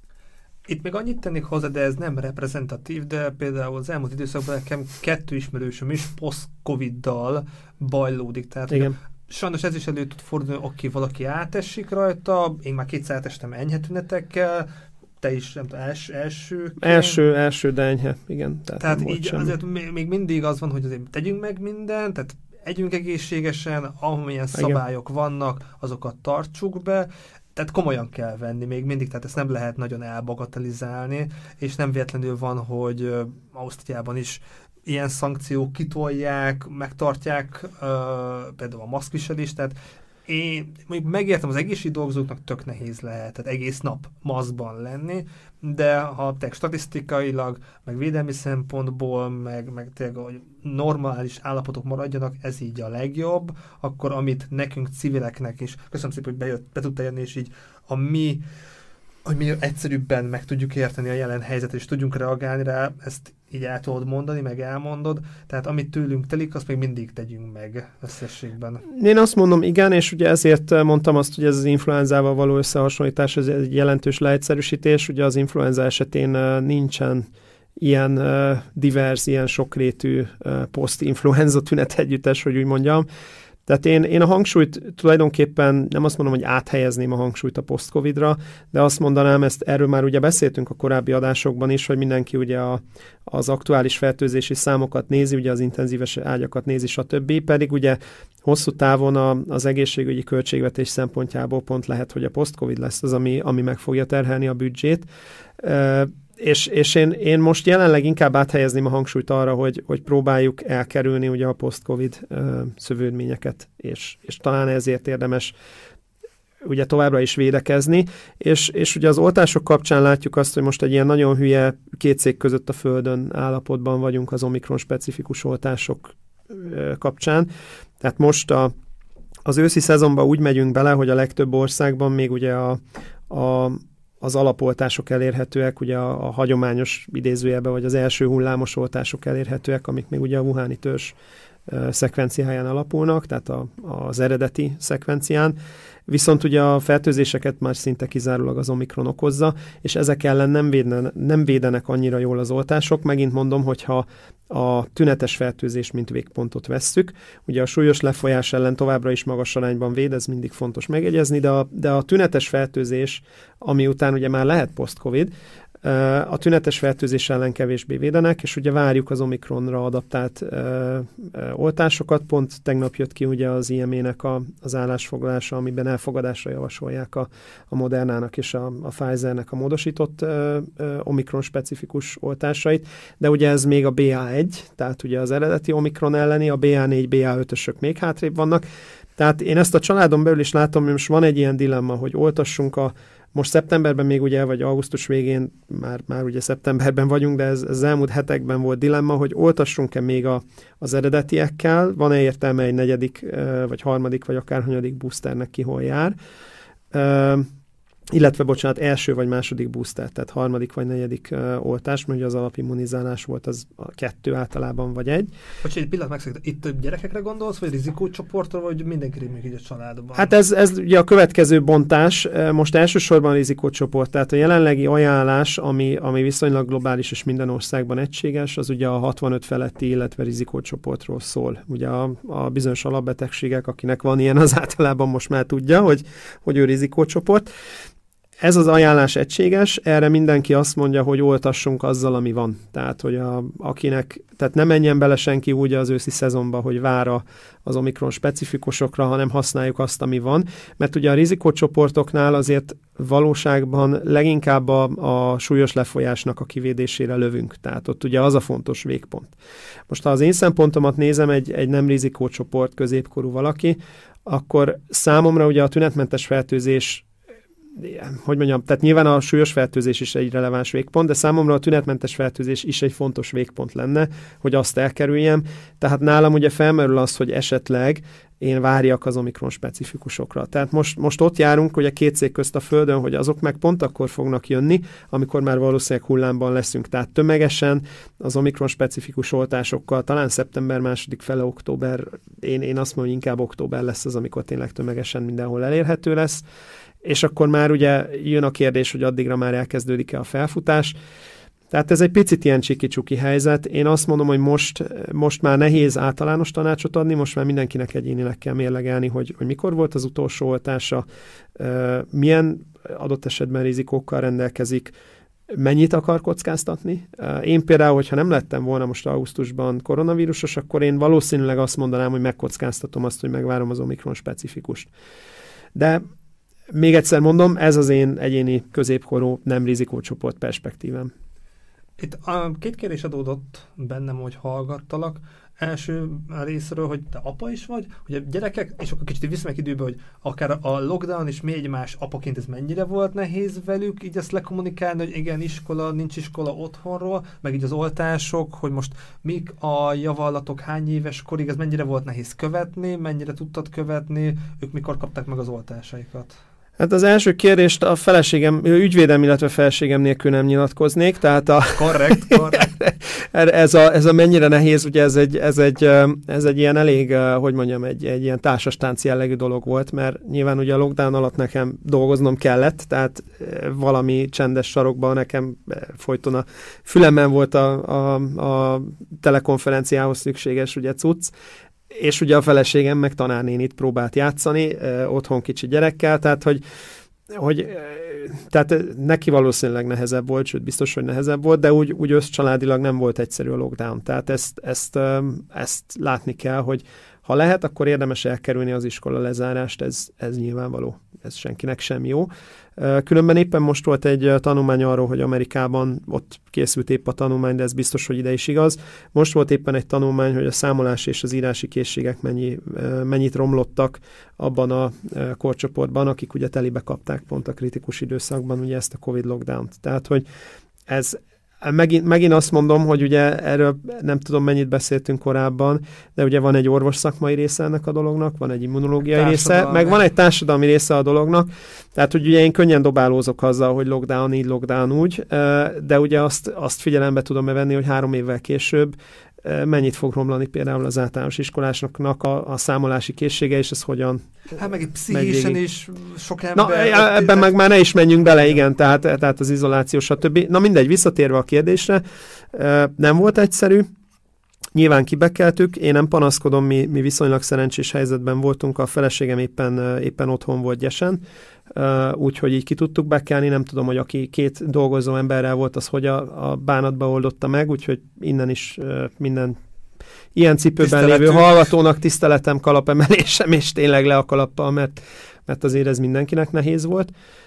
Itt még annyit tennék hozzá, de ez nem reprezentatív, de például az elmúlt időszakban nekem kettő ismerősöm is post-Covid-dal bajlódik. Tehát igen. Sajnos ez is elő tud fordulni, oké, valaki átesik rajta, én már kétszer átestem enyhe tünetekkel, te is nem tudom, els, első... Első, első, de enyhe, igen. Tehát, tehát így semmi. Azért még mindig az van, hogy azért tegyünk meg mindent, tehát együnk egészségesen, amilyen szabályok igen. vannak, azokat tartsuk be, tehát komolyan kell venni még mindig, tehát ezt nem lehet nagyon elbagatelizálni, és nem véletlenül van, hogy uh, Ausztriában is ilyen szankciók kitolják, megtartják uh, például a maszkviselést, tehát én mondjuk megértem, az egészségügyi dolgozóknak tök nehéz lehet, tehát egész nap maszkban lenni, de ha te statisztikailag, meg védelmi szempontból, meg, meg tényleg, hogy normális állapotok maradjanak, ez így a legjobb, akkor amit nekünk civileknek is, köszönöm szépen, hogy bejött, be tudta jönni, és így a mi, hogy mi egyszerűbben meg tudjuk érteni a jelen helyzetet, és tudjunk reagálni rá, ezt így el tudod mondani, meg elmondod, tehát amit tőlünk telik, azt még mindig tegyünk meg összességben. Én azt mondom, igen, és ugye ezért mondtam azt, hogy ez az influenzával való összehasonlítás, ez egy jelentős leegyszerűsítés, ugye az influenza esetén nincsen ilyen uh, divers, ilyen sokrétű uh, post-influenza tünet együttes, hogy úgy mondjam. Tehát én, én a hangsúlyt tulajdonképpen nem azt mondom, hogy áthelyezném a hangsúlyt a post-covidra, de azt mondanám, ezt erről már ugye beszéltünk a korábbi adásokban is, hogy mindenki ugye a, az aktuális fertőzési számokat nézi, ugye az intenzíves ágyakat nézi, stb. Pedig ugye hosszú távon a, az egészségügyi költségvetés szempontjából pont lehet, hogy a post-covid lesz az, ami, ami meg fogja terhelni a büdzsét. E, És, és én, én most jelenleg inkább áthelyezném a hangsúlyt arra, hogy, hogy próbáljuk elkerülni ugye a post-covid uh, szövődményeket, és, és talán ezért érdemes ugye továbbra is védekezni, és, és ugye az oltások kapcsán látjuk azt, hogy most egy ilyen nagyon hülye két cég között a földön állapotban vagyunk az Omikron specifikus oltások kapcsán. Tehát most a, az őszi szezonban úgy megyünk bele, hogy a legtöbb országban még ugye a, a, az alapoltások elérhetőek, ugye a, a hagyományos idézőjelben, vagy az első hullámos oltások elérhetőek, amik még ugye a wuhani törzs szekvenciáján alapulnak, tehát a, az eredeti szekvencián. Viszont ugye a fertőzéseket már szinte kizárólag az Omikron okozza, és ezek ellen nem, védne, nem védenek annyira jól az oltások. Megint mondom, hogyha a tünetes fertőzés mint végpontot vesszük, ugye a súlyos lefolyás ellen továbbra is magas arányban véd, ez mindig fontos megjegyezni, de a, de a tünetes fertőzés, ami után ugye már lehet post-covid, a tünetes fertőzés ellen kevésbé védenek, és ugye várjuk az Omikronra adaptált ö, ö, oltásokat. Pont tegnap jött ki ugye az I M E-nek a, az állásfoglalása, amiben elfogadásra javasolják a, a Modernának és a, a Pfizernek a módosított ö, ö, Omikron-specifikus oltásait, de ugye ez még a B A egy, tehát ugye az eredeti Omikron elleni, a B A négy, B A ötösök még hátrébb vannak. Tehát én ezt a családon belül is látom, hogy most van egy ilyen dilemma, hogy oltassunk a most szeptemberben még ugye, vagy augusztus végén, már, már ugye szeptemberben vagyunk, de ez, ez elmúlt hetekben volt dilemma, hogy oltassunk-e még a, az eredetiekkel, van-e értelme egy negyedik, vagy harmadik, vagy akár hanyadik boosternek ki hol jár, illetve, bocsánat, első vagy második booster, tehát harmadik vagy negyedik uh, oltás, mert ugye az alapimmunizálás volt az a kettő általában, vagy egy. Hogy egy pillanat megszakít, itt több gyerekekre gondolsz, vagy rizikócsoportra, vagy mindenkire még így a családban? Hát ez, ez ugye a következő bontás, most elsősorban rizikócsoport, tehát a jelenlegi ajánlás, ami, ami viszonylag globális és minden országban egységes, az ugye a hatvanöt feletti, illetve rizikócsoportról szól. Ugye a, a bizonyos alapbetegségek, akinek van ilyen, az általában most már tudja, hogy, hogy ő rizikócsoport. Ez az ajánlás egységes, erre mindenki azt mondja, hogy oltassunk azzal, ami van. Tehát, hogy a, akinek, tehát ne menjen bele senki úgy az őszi szezonba, hogy vár az Omikron specifikusokra, hanem használjuk azt, ami van. Mert ugye a rizikócsoportoknál azért valóságban leginkább a, a súlyos lefolyásnak a kivédésére lövünk. Tehát ott ugye az a fontos végpont. Most ha az én szempontomat nézem, egy, egy nem rizikócsoport középkorú valaki, akkor számomra ugye a tünetmentes fertőzés, hogy mondjam, tehát nyilván a súlyos fertőzés is egy releváns végpont, de számomra a tünetmentes fertőzés is egy fontos végpont lenne, hogy azt elkerüljem. Tehát nálam ugye felmerül az, hogy esetleg én várjak az Omikron specifikusokra. Tehát most, most ott járunk ugye két cég közt a földön, hogy azok meg pont akkor fognak jönni, amikor már valószínűleg hullámban leszünk. Tehát tömegesen az Omikron specifikus oltásokkal, talán szeptember második fele, október, én, én azt mondom, hogy inkább október lesz az, amikor tényleg tömegesen mindenhol elérhető lesz. És akkor már ugye jön a kérdés, hogy addigra már elkezdődik-e a felfutás. Tehát ez egy picit ilyen csiki-csuki helyzet. Én azt mondom, hogy most, most már nehéz általános tanácsot adni, most már mindenkinek egyénileg kell mérlegelni, hogy, hogy mikor volt az utolsó oltása, milyen adott esetben rizikókkal rendelkezik, mennyit akar kockáztatni. Én például, hogyha nem lettem volna most augusztusban koronavírusos, akkor én valószínűleg azt mondanám, hogy megkockáztatom azt, hogy megvárom az Omikron specifikust. De még egyszer mondom, ez az én egyéni középkorú nem rizikócsoport perspektívám. Itt a két kérdés adódott bennem, hogy hallgattalak. Első részről, hogy te apa is vagy, hogy a gyerekek, és akkor kicsit visszamegyek időbe, hogy akár a lockdown és még más apaként ez mennyire volt nehéz velük, így ezt lekommunikálni, hogy igen, iskola, nincs iskola otthonról, meg így az oltások, hogy most mik a javallatok, hány éves korig, ez mennyire volt nehéz követni, mennyire tudtad követni, ők mikor kapták meg az oltásaikat? Hát az első kérdést a feleségem, ügyvédem, illetve feleségem nélkül nem nyilatkoznék, tehát a... Korrekt, korrekt. ez, a, ez a mennyire nehéz, ugye ez egy, ez egy, ez egy ilyen elég, hogy mondjam, egy, egy ilyen társastánc jellegű dolog volt, mert nyilván ugye a lockdown alatt nekem dolgoznom kellett, tehát valami csendes sarokban nekem folyton a fülemben volt a, a, a telekonferenciához szükséges ugye cucc, és ugye a feleségem meg tanárnénit próbált játszani, eh, otthon kicsi gyerekkel, tehát hogy, hogy eh, tehát neki valószínűleg nehezebb volt, sőt biztos, hogy nehezebb volt, de úgy, úgy összcsaládilag nem volt egyszerű a lockdown. Tehát ezt, ezt, eh, ezt látni kell, hogy ha lehet, akkor érdemes elkerülni az iskola lezárást, ez, ez nyilvánvaló. ez senkinek sem jó. Különben éppen most volt egy tanulmány arról, hogy Amerikában ott készült épp a tanulmány, de ez biztos, hogy ide is igaz. Most volt éppen egy tanulmány, hogy a számolási és az írási készségek mennyi, mennyit romlottak abban a korcsoportban, akik ugye telibe kapták pont a kritikus időszakban ugye ezt a Covid lockdownt. Tehát, hogy ez Megint, megint azt mondom, hogy ugye erről nem tudom mennyit beszéltünk korábban, de ugye van egy orvos szakmai része ennek a dolognak, van egy immunológiai része, meg van egy társadalmi része a dolognak, tehát hogy ugye én könnyen dobálózok azzal, hogy lockdown így, lockdown úgy, de ugye azt, azt figyelembe tudom venni, hogy három évvel később mennyit fog romlani például az általános iskolásoknak a, a számolási készsége, és ez hogyan Hát meg egy pszichésen is sok ember... Na, ebben meg már ne is menjünk bele, igen, tehát, tehát az izoláció, stb. Na mindegy, visszatérve a kérdésre, nem volt egyszerű, nyilván kibekeltük, én nem panaszkodom, mi, mi viszonylag szerencsés helyzetben voltunk, a feleségem éppen, éppen otthon volt gyesen, úgyhogy így ki tudtuk bekelni, nem tudom, hogy aki két dolgozó emberrel volt, az hogy a, a bánatba oldotta meg, úgyhogy innen is minden ilyen cipőben lévő hallgatónak tiszteletem, kalapemelésem, és tényleg le a kalappal, mert, mert azért ez mindenkinek nehéz volt.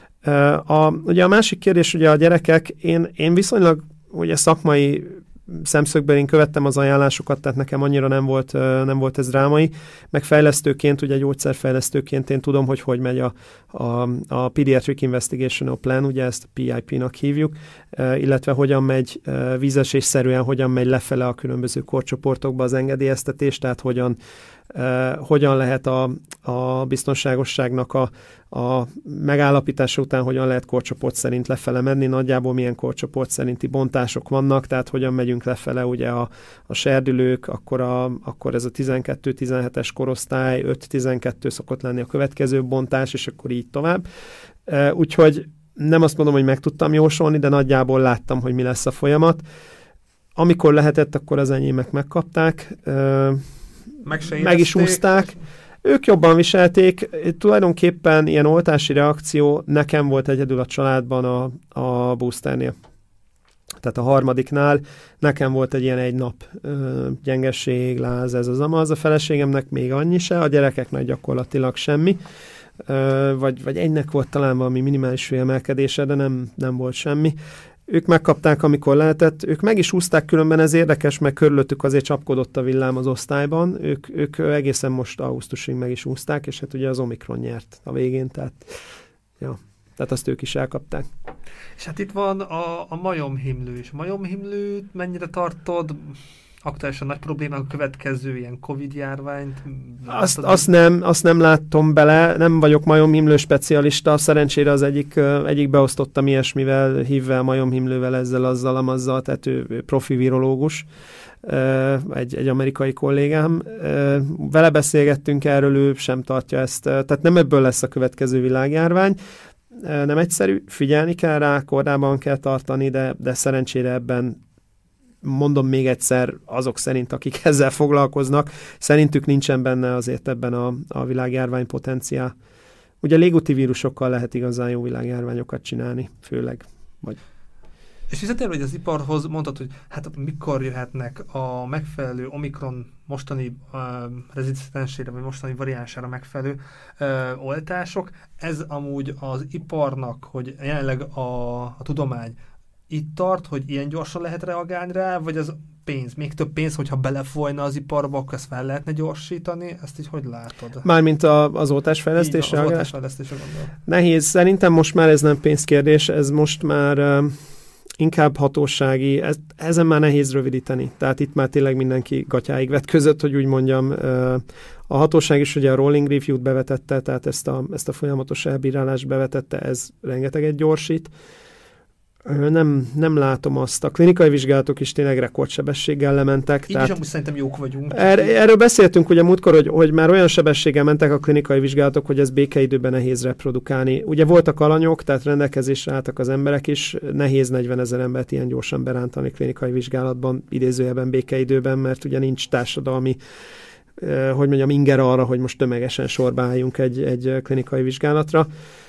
A, ugye a másik kérdés, ugye a gyerekek, én, én viszonylag ugye szakmai szemszögből én követtem az ajánlásokat, tehát nekem annyira nem volt, nem volt ez drámai, meg fejlesztőként, ugye gyógyszerfejlesztőként én tudom, hogy hogy megy a, a, a Pediatric Investigational Plan, ugye ezt a P I P-nak hívjuk, illetve hogyan megy vízesésszerűen, hogyan megy lefele a különböző korcsoportokba az engedélyeztetés, tehát hogyan, hogyan lehet a, a biztonságosságnak a, a megállapítása után, hogyan lehet korcsoport szerint lefele menni, nagyjából milyen korcsoport szerinti bontások vannak, tehát hogyan megyünk lefele, ugye a, a serdülők, akkor, a, akkor ez a tizenkettő-tizenhetes korosztály, öt-tizenkettő szokott lenni a következő bontás, és akkor így tovább. Úgyhogy nem azt mondom, hogy meg tudtam jósolni, de nagyjából láttam, hogy mi lesz a folyamat. Amikor lehetett, akkor az enyémek megkapták, meg, meg is úszták. Ők jobban viselték. Tulajdonképpen ilyen oltási reakció nekem volt egyedül a családban a, a boosternél. Tehát a harmadiknál nekem volt egy ilyen egy nap ö, gyengesség, láz, ez az amaz. A feleségemnek még annyi se, a gyerekeknek gyakorlatilag semmi. Ö, vagy, vagy egynek volt talán valami minimális félmelkedése, de nem, nem volt semmi. Ők megkapták, amikor lehetett. Ők meg is úszták, különben ez érdekes, mert körülöttük azért csapkodott a villám az osztályban. Ők, ők egészen most augusztusig meg is úszták, és hát ugye az Omikron nyert a végén, tehát, ja, tehát azt ők is elkapták. És hát itt van a, a majomhimlő is. A majomhimlőt mennyire tartod? Aktuálisan nagy probléma a következő ilyen Covid járványt? Azt, azt, nem, azt nem láttam bele, nem vagyok majomhimlő specialista, szerencsére az egyik, egyik beosztottam ilyesmivel, hívvel, majomhimlővel, ezzel, azzal, amazzal, tehát ő, ő profi virológus, egy, egy amerikai kollégám. Vele beszélgettünk erről, ő sem tartja ezt, tehát nem ebből lesz a következő világjárvány, nem egyszerű, figyelni kell rá, korábban kell tartani, de, de szerencsére ebben mondom még egyszer, azok szerint, akik ezzel foglalkoznak, szerintük nincsen benne azért ebben a, a világjárvány potenciál. Ugye légúti vírusokkal lehet igazán jó világjárványokat csinálni, főleg. Vagy... És visszatérve, hogy az iparhoz mondtad, hogy hát mikor jöhetnek a megfelelő Omikron mostani uh, rezisztensére, vagy mostani variánsára megfelelő uh, oltások. Ez amúgy az iparnak, hogy jelenleg a, a tudomány itt tart, hogy ilyen gyorsan lehet reagálni rá, vagy az pénz, még több pénz, hogyha belefolyna az iparba, akkor ezt fel lehetne gyorsítani? Ezt így hogy látod? Mármint a, az oltásfejlesztésre? Az oltásfejlesztésre gondolom. Nehéz. Szerintem most már ez nem pénzkérdés, ez most már uh, inkább hatósági, ez, ezen már nehéz rövidíteni. Tehát itt már tényleg mindenki gatyáig vetközött, hogy úgy mondjam. Uh, a hatóság is ugye a rolling review-t bevetette, tehát ezt a, ezt a folyamatos elbírálást bevetette, ez rengeteget gyorsít. Nem, nem látom azt. A klinikai vizsgálatok is tényleg rekordsebességgel lementek. Így tehát is amúgy szerintem jók vagyunk. Er, erről beszéltünk ugye múltkor, hogy, hogy már olyan sebességgel mentek a klinikai vizsgálatok, hogy ez békeidőben nehéz reprodukálni. Ugye voltak alanyok, tehát rendelkezésre álltak az emberek is, nehéz negyvenezer embert ilyen gyorsan berántani klinikai vizsgálatban, idézőjelben békeidőben, mert ugye nincs társadalmi, hogy mondjam, inger arra, hogy most tömegesen sorba álljunk egy, egy klinikai vizsgálatra.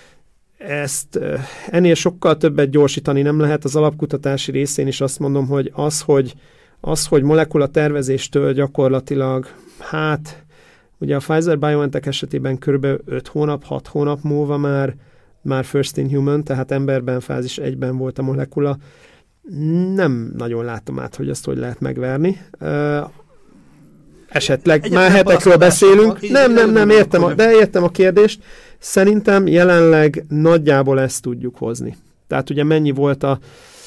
Ezt ennél sokkal többet gyorsítani nem lehet. Az alapkutatási részén is azt mondom, hogy az, hogy, az, hogy molekula tervezéstől gyakorlatilag, hát Ugye a Pfizer-BioNTech esetében kb. öt hónap, hat hónap múlva már, már first in human, tehát emberben fázis egyben volt a molekula. Nem nagyon látom át, hogy ezt hogy lehet megverni. Uh, esetleg Egyetlen már hetekről beszélünk. Van, nem, nem, nem, értem a, de értem a kérdést. Szerintem jelenleg nagyjából ezt tudjuk hozni. Tehát ugye mennyi volt a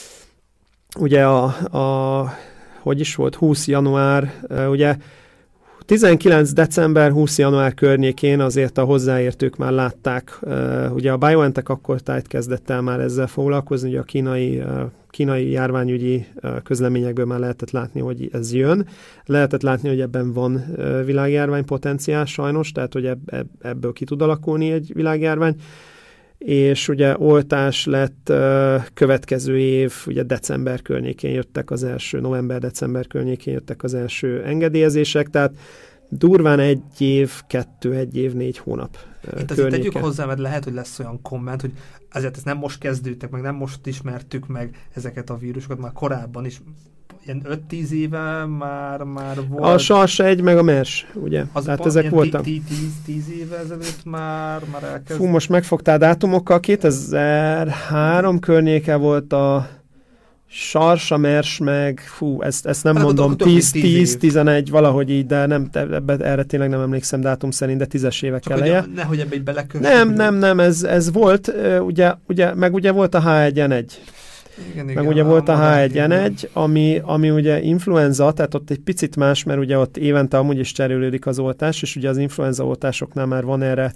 ugye a, a hogy is volt, húsz január, ugye tizenkilenc december, húsz január környékén azért a hozzáértők már látták, ugye a BioNTech akkor tájt kezdett el már ezzel foglalkozni, ugye a kínai, kínai járványügyi közleményekből már lehetett látni, hogy ez jön. Lehetett látni, hogy ebben van világjárvány potenciál sajnos, tehát hogy ebb, ebből ki tud alakulni egy világjárvány. És ugye oltás lett uh, következő év, ugye december környékén jöttek az első, november-december környékén jöttek az első engedélyezések, tehát durván egy év, kettő, egy év, négy hónap uh, Itt azért tegyük hozzá, mert lehet, hogy lesz olyan komment, hogy azért ezt nem most kezdődtek, meg nem most ismertük meg ezeket a vírusokat, már korábban is, ilyen öt-tíz éve már, már volt. A SARS egy, meg a MERS, ugye? Az tehát ezek voltak. tíz éve ezelőtt már, már elkezd. Fú, most megfogtál dátumokkal, kétezer-három környéke volt a SARS, a MERS, meg fú, ezt, ezt nem hát mondom, tíz tizenegy, valahogy így, de nem, ebbe, erre tényleg nem emlékszem dátum szerint, de tízes évek csak eleje. Hogy, nehogy ebbe egy belekössük. Nem, nem, nem, ez, ez volt, ugye, ugye, meg ugye volt a há egy en egy. Igen, meg igen, ugye a volt a há egy en egy, ami, ami ugye influenza, tehát ott egy picit más, mert ugye ott évente amúgy is cserélődik az oltás, és ugye az influenza oltásoknál már van erre,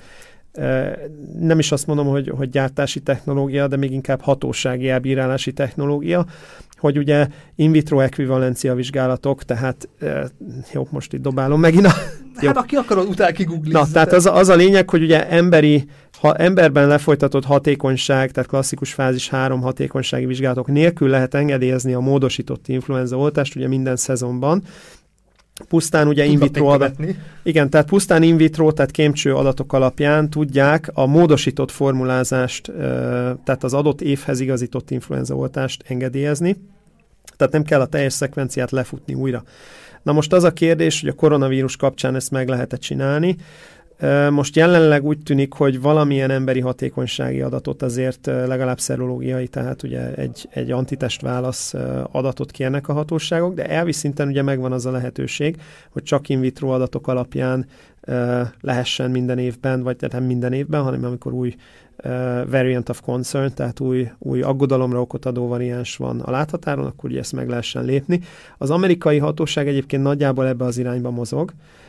nem is azt mondom, hogy, hogy gyártási technológia, de még inkább hatósági elbírálási technológia, hogy ugye in vitro ekvivalencia vizsgálatok, tehát jó, most itt dobálom megint a... Hát jó. Aki akarod, utána kiguglizz. Na, tehát az, az a lényeg, hogy ugye emberi, ha emberben lefolytatott hatékonyság, tehát klasszikus fázis három hatékonysági vizsgálatok nélkül lehet engedélyezni a módosított influenza oltást, ugye minden szezonban. Pusztán ugye in vitro adat, igen, tehát pusztán in vitro, tehát kémcső adatok alapján tudják a módosított formulázást, tehát az adott évhez igazított influenzaoltást engedélyezni. Tehát nem kell a teljes szekvenciát lefutni újra. Na most az a kérdés, hogy a koronavírus kapcsán ezt meg lehet-e csinálni. Most jelenleg úgy tűnik, hogy valamilyen emberi hatékonysági adatot azért legalább szerológiai, tehát ugye egy, egy antitestválasz adatot kérnek a hatóságok, de elvi szinten ugye megvan az a lehetőség, hogy csak in vitro adatok alapján lehessen minden évben, vagy tehát nem minden évben, hanem amikor új variant of concern, tehát új, új aggodalomra okot adó variáns van a láthatáron, akkor ugye ezt meg lehessen lépni. Az amerikai hatóság egyébként nagyjából ebbe az irányba mozog.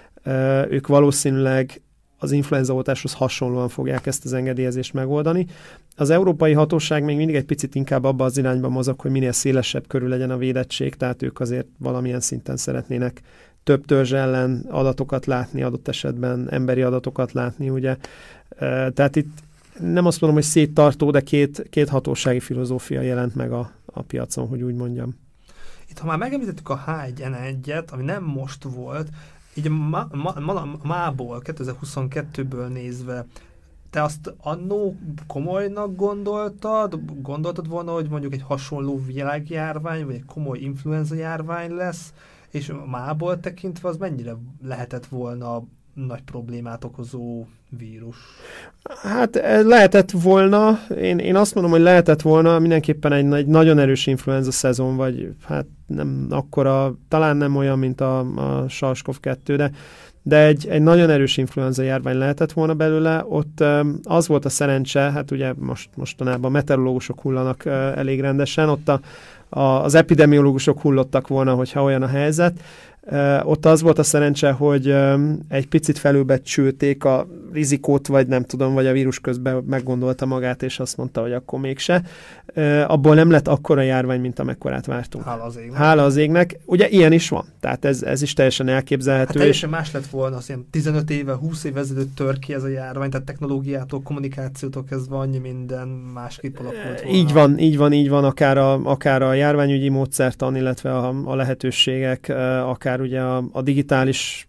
Ők valószínűleg az influenzaoltáshoz hasonlóan fogják ezt az engedélyezést megoldani. Az európai hatóság még mindig egy picit inkább abba az irányba mozog, hogy minél szélesebb körül legyen a védettség, tehát ők azért valamilyen szinten szeretnének több törzs ellen adatokat látni, adott esetben emberi adatokat látni, ugye. Tehát itt nem azt mondom, hogy széttartó, de két, két hatósági filozófia jelent meg a, a piacon, hogy úgy mondjam. Itt, ha már megemlítettük a há egy en egyet, ami nem most volt, így ma, ma, ma, mából, kétezer-huszonkettőből nézve, te azt annó komolynak gondoltad? Gondoltad volna, hogy mondjuk egy hasonló világjárvány, vagy egy komoly influenza járvány lesz, és mából tekintve az mennyire lehetett volna nagy problémát okozó vírus? Hát lehetett volna, én, én azt mondom, hogy lehetett volna, mindenképpen egy, egy nagyon erős influenza szezon, vagy hát nem akkora, talán nem olyan, mint a, a SARS-CoV kettő, de, de egy, egy nagyon erős influenza járvány lehetett volna belőle. Ott az volt a szerencse, hát ugye most, mostanában meteorológusok hullanak elég rendesen, ott a, a, az epidemiológusok hullottak volna, hogyha olyan a helyzet. Uh, ott az volt a szerencse, hogy um, egy picit felülbecsülték a rizikót, vagy nem tudom, vagy a vírus közben meggondolta magát, és azt mondta, hogy akkor mégse. Uh, abból nem lett akkora járvány, mint amekkorát vártunk. Hála az égnek. Hála az égnek. Ugye ilyen is van. Tehát ez, ez is teljesen elképzelhető. Hát teljesen más lett volna, azt ilyen tizenöt éve, húsz éve ezelőtt tör ki ez a járvány, tehát technológiától, kommunikációtól kezdve annyi minden másképp alakult volna. Így van, így van, így van, akár a, akár a járványügyi módszertan, illetve a, a lehetőségek, akár ugye a, a digitális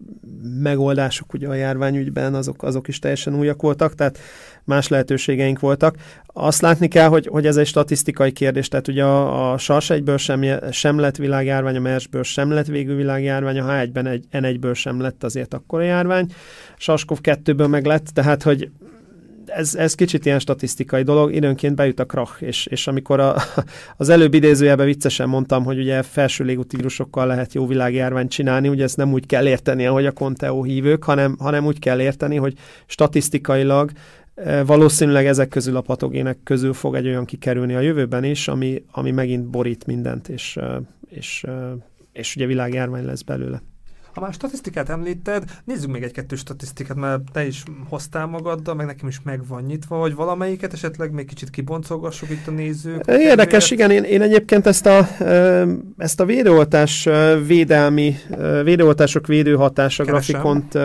megoldások ugye a járványügyben, azok, azok is teljesen újak voltak, tehát más lehetőségeink voltak. Azt látni kell, hogy, hogy ez egy statisztikai kérdés, tehát ugye a, a SARS egyből sem, sem lett világjárvány, a MERS-ből sem lett végül világjárvány, a há egyben egy, en egyből sem lett azért akkora járvány, SARS-kov kettőből meg lett, tehát hogy Ez, ez kicsit ilyen statisztikai dolog, időnként bejut a krach, és, és amikor a, az előbb idézőjelben viccesen mondtam, hogy ugye felső légúti vírusokkal lehet jó világjárványt csinálni, ugye ezt nem úgy kell érteni, ahogy a Conteo hívők, hanem, hanem úgy kell érteni, hogy statisztikailag valószínűleg ezek közül a patogének közül fog egy olyan kikerülni a jövőben is, ami, ami megint borít mindent, és, és, és ugye világjárvány lesz belőle. Ha már statisztikát említed, nézzük még egy-kettő statisztikát, mert te is hoztál magaddal, meg nekem is meg van nyitva, hogy valamelyiket esetleg még kicsit kiboncolgassuk itt a nézők. Érdekes, igen, én, én egyébként ezt a, ezt a védőoltás védelmi, védőoltások védőhatása Keresem. grafikont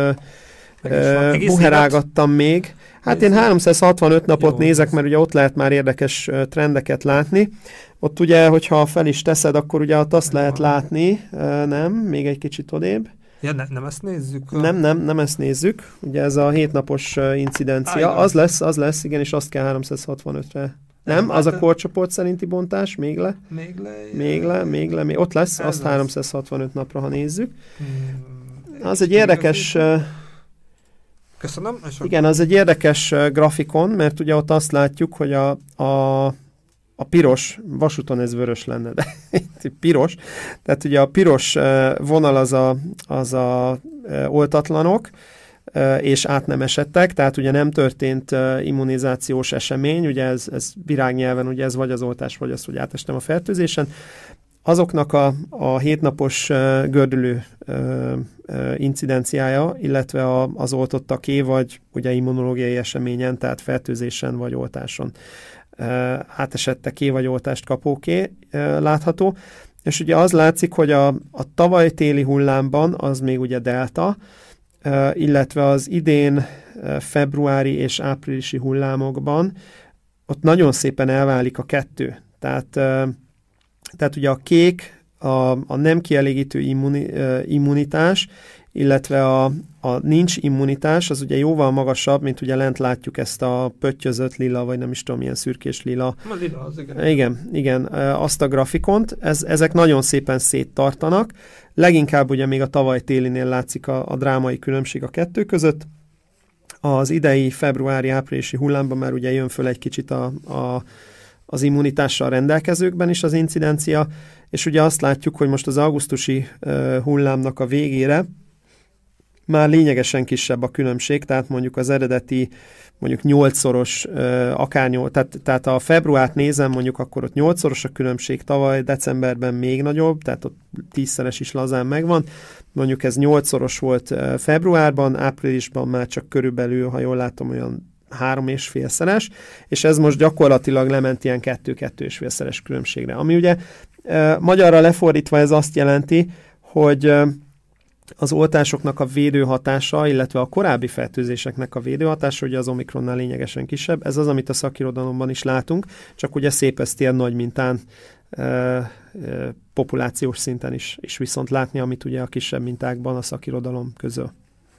buherálgattam még. Hát én háromszázhatvanöt napot Jó, nézek, mert ugye ott lehet már érdekes trendeket látni. Ott ugye, hogyha fel is teszed, akkor ugye ott azt lehet látni, nem, még egy kicsit odébb. Ja, ne, nem ezt nézzük? Nem, nem, nem ezt nézzük. Ugye ez a hétnapos incidencia. Ah, az lesz, az lesz, igen, és azt kell háromszázhatvanötre. Nem, nem az a korcsoport szerinti bontás, még le. Még le. Még le, még le. Még, ott lesz, ez azt lesz. háromszázhatvanöt napra, ha nézzük. Hmm, az egy érdekes... Köszönöm. Igen, az egy érdekes grafikon, mert ugye ott azt látjuk, hogy a, a, a piros, vasúton ez vörös lenne, de piros, tehát ugye a piros vonal az a, az a oltatlanok, és át nem esettek, tehát ugye nem történt immunizációs esemény, ugye ez, ez virágnyelven, ugye ez vagy az oltás, vagy az, hogy átestem a fertőzésen. Azoknak a, a hétnapos uh, gördülő uh, uh, incidenciája, illetve a, az oltottaké, vagy ugye immunológiai eseményen, tehát fertőzésen vagy oltáson uh, átesetteké, vagy oltást kapóké uh, látható. És ugye az látszik, hogy a, a tavaly téli hullámban az még ugye delta, uh, illetve az idén uh, februári és áprilisi hullámokban ott nagyon szépen elválik a kettő. Tehát uh, Tehát ugye a kék, a, a nem kielégítő immuni, uh, immunitás, illetve a, a nincs immunitás, az ugye jóval magasabb, mint ugye lent látjuk ezt a pöttyözött lila, vagy nem is tudom, milyen szürkés lila. A lila az, igen. Igen, igen, uh, azt a grafikont. Ez, ezek nagyon szépen széttartanak. Leginkább ugye még a tavaly télinél látszik a, a drámai különbség a kettő között. Az idei februári-áprilisi hullámban már ugye jön föl egy kicsit a, a az immunitással rendelkezőkben is az incidencia, és ugye azt látjuk, hogy most az augusztusi uh, hullámnak a végére már lényegesen kisebb a különbség, tehát mondjuk az eredeti mondjuk nyolcszoros, uh, akár nyolc, tehát, tehát a februárt nézem, mondjuk akkor ott nyolcszoros a különbség, tavaly decemberben még nagyobb, tehát ott tízszeres is lazán megvan, mondjuk ez nyolcszoros volt uh, februárban, áprilisban már csak körülbelül, ha jól látom, olyan három és félszeres, és ez most gyakorlatilag lement ilyen kettő-kettő és félszeres különbségre. Ami ugye e, magyarra lefordítva ez azt jelenti, hogy e, az oltásoknak a védőhatása, illetve a korábbi fertőzéseknek a védőhatása, ugye az Omikronnál lényegesen kisebb, ez az, amit a szakirodalomban is látunk, csak ugye szép ezt ilyen nagy mintán e, e, populációs szinten is, is viszont látni, amit ugye a kisebb mintákban a szakirodalom közöl.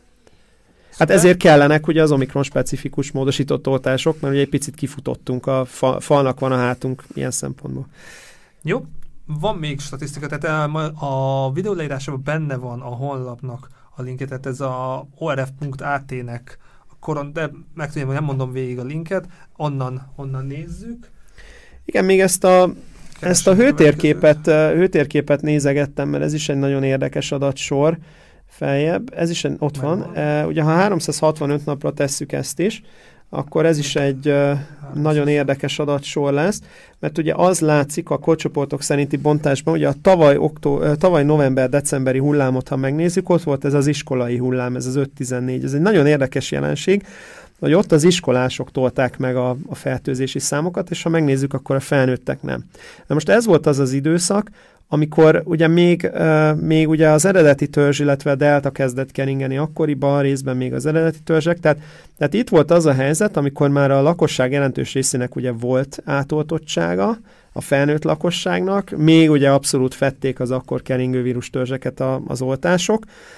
Hát ezért kellenek ugye az Omikron specifikus módosított oltások, mert ugye egy picit kifutottunk, a fa, falnak van a hátunk ilyen szempontból. Jó, van még statisztika, tehát a videó leírásában benne van a honlapnak a linkje, tehát ez a o er ef pont á té-nek a koron, de meg tudjam, hogy nem mondom végig a linket, onnan, onnan nézzük. Igen, még ezt a, ezt a hőtérképet, hőtérképet nézegettem, mert ez is egy nagyon érdekes adatsor. Feljebb, ez is ott van. van. Ugye ha háromszázhatvanöt napra tesszük ezt is, akkor ez is egy uh, nagyon érdekes adatsor lesz, mert ugye az látszik a korcsoportok szerinti bontásban, ugye a tavaly, októ, tavaly november-decemberi hullámot, ha megnézzük, ott volt ez az iskolai hullám, ez az öt tizennégy, ez egy nagyon érdekes jelenség, hogy ott az iskolások tolták meg a, a fertőzési számokat, és ha megnézzük, akkor a felnőttek nem. Na most ez volt az az időszak, amikor ugye még, uh, még ugye az eredeti törzs, illetve a delta kezdett keringeni akkoriban, részben még az eredeti törzsek, tehát, tehát itt volt az a helyzet, amikor már a lakosság jelentős részének ugye volt átoltottsága, a felnőtt lakosságnak, még ugye abszolút fették az akkor keringő vírus törzseket a, az oltások,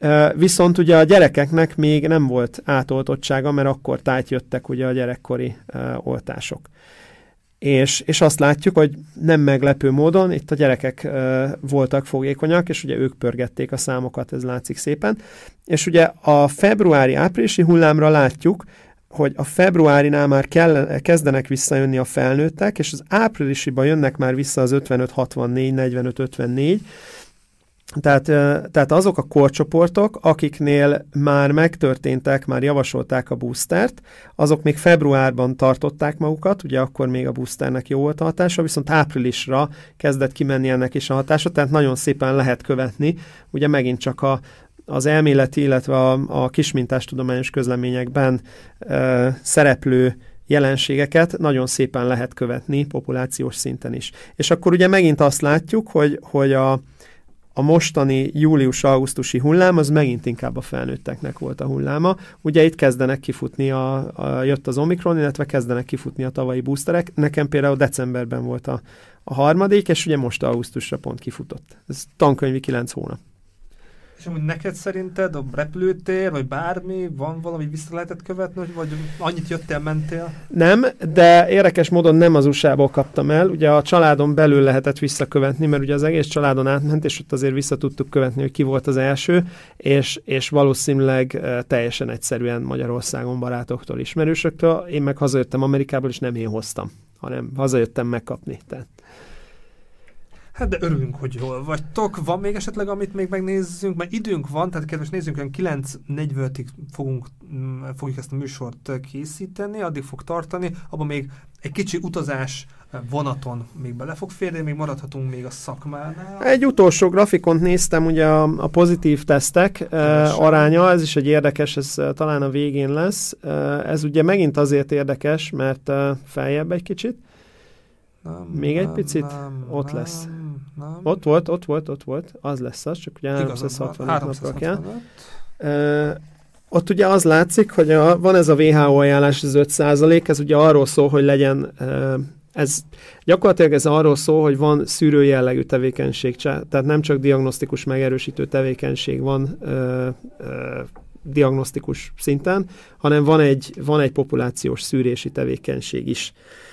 Viszont ugye a gyerekeknek még nem volt átoltottsága, mert akkor tájtjöttek ugye a gyerekkori oltások. És, és azt látjuk, hogy nem meglepő módon itt a gyerekek voltak fogékonyak, és ugye ők pörgették a számokat, ez látszik szépen. És ugye a februári-áprilisi hullámra látjuk, hogy a februárinál már kell, kezdenek visszajönni a felnőttek, és az áprilisiban jönnek már vissza az ötvenöt hatvannégy, negyvenöt ötvennégy, Tehát, tehát azok a korcsoportok, akiknél már megtörténtek, már javasolták a boostert, azok még februárban tartották magukat, ugye akkor még a boosternek jó volt a hatása, viszont áprilisra kezdett kimenni ennek is a hatása, tehát nagyon szépen lehet követni, ugye megint csak a, az elméleti, illetve a, a kismintás tudományos közleményekben e, szereplő jelenségeket nagyon szépen lehet követni populációs szinten is. És akkor ugye megint azt látjuk, hogy, hogy a A mostani július-augusztusi hullám, az megint inkább a felnőtteknek volt a hulláma. Ugye itt kezdenek kifutni, a, a, jött az Omikron, illetve kezdenek kifutni a tavalyi boosterek. Nekem például decemberben volt a, a harmadik, és ugye most augusztusra pont kifutott. Ez tankönyvi kilenc hónap. És amúgy neked szerinted a repülőtér, vagy bármi, van valami vissza lehetett követni, vagy annyit jöttél, mentél? Nem, de érdekes módon nem az u es á-ból kaptam el. Ugye a családon belül lehetett visszakövetni, mert ugye az egész családon átment, és ott azért vissza tudtuk követni, hogy ki volt az első, és, és valószínűleg teljesen egyszerűen Magyarországon barátoktól, ismerősöktől. Én meg hazajöttem Amerikából, és nem én hoztam, hanem hazajöttem megkapni. Tehát Hát de örülünk, hogy jól vagytok. Van még esetleg, amit még megnézzünk? Mert időnk van, tehát kedves nézzünk, olyan kilenc negyvenötig fogunk, fogjuk ezt a műsort készíteni, addig fog tartani, abban még egy kicsi utazás vonaton még bele fog férni, még maradhatunk még a szakmánál. Egy utolsó grafikont néztem, ugye a, a pozitív tesztek uh, aránya, ez is egy érdekes, ez uh, talán a végén lesz. Uh, ez ugye megint azért érdekes, mert uh, feljebb egy kicsit. Nem, Még egy nem, picit? nem, ott nem, lesz. Nem. Ott volt, ott volt, ott volt. Az lesz az, csak ugye háromszázhatvanöt napra kell. Uh, ott ugye az látszik, hogy a, van ez a vé há o ajánlás, ez öt százalék, ez ugye arról szól, hogy legyen, uh, ez gyakorlatilag ez arról szól, hogy van szűrő jellegű tevékenység, tehát nem csak diagnosztikus megerősítő tevékenység van uh, uh, diagnosztikus szinten, hanem van egy, van egy populációs szűrési tevékenység is.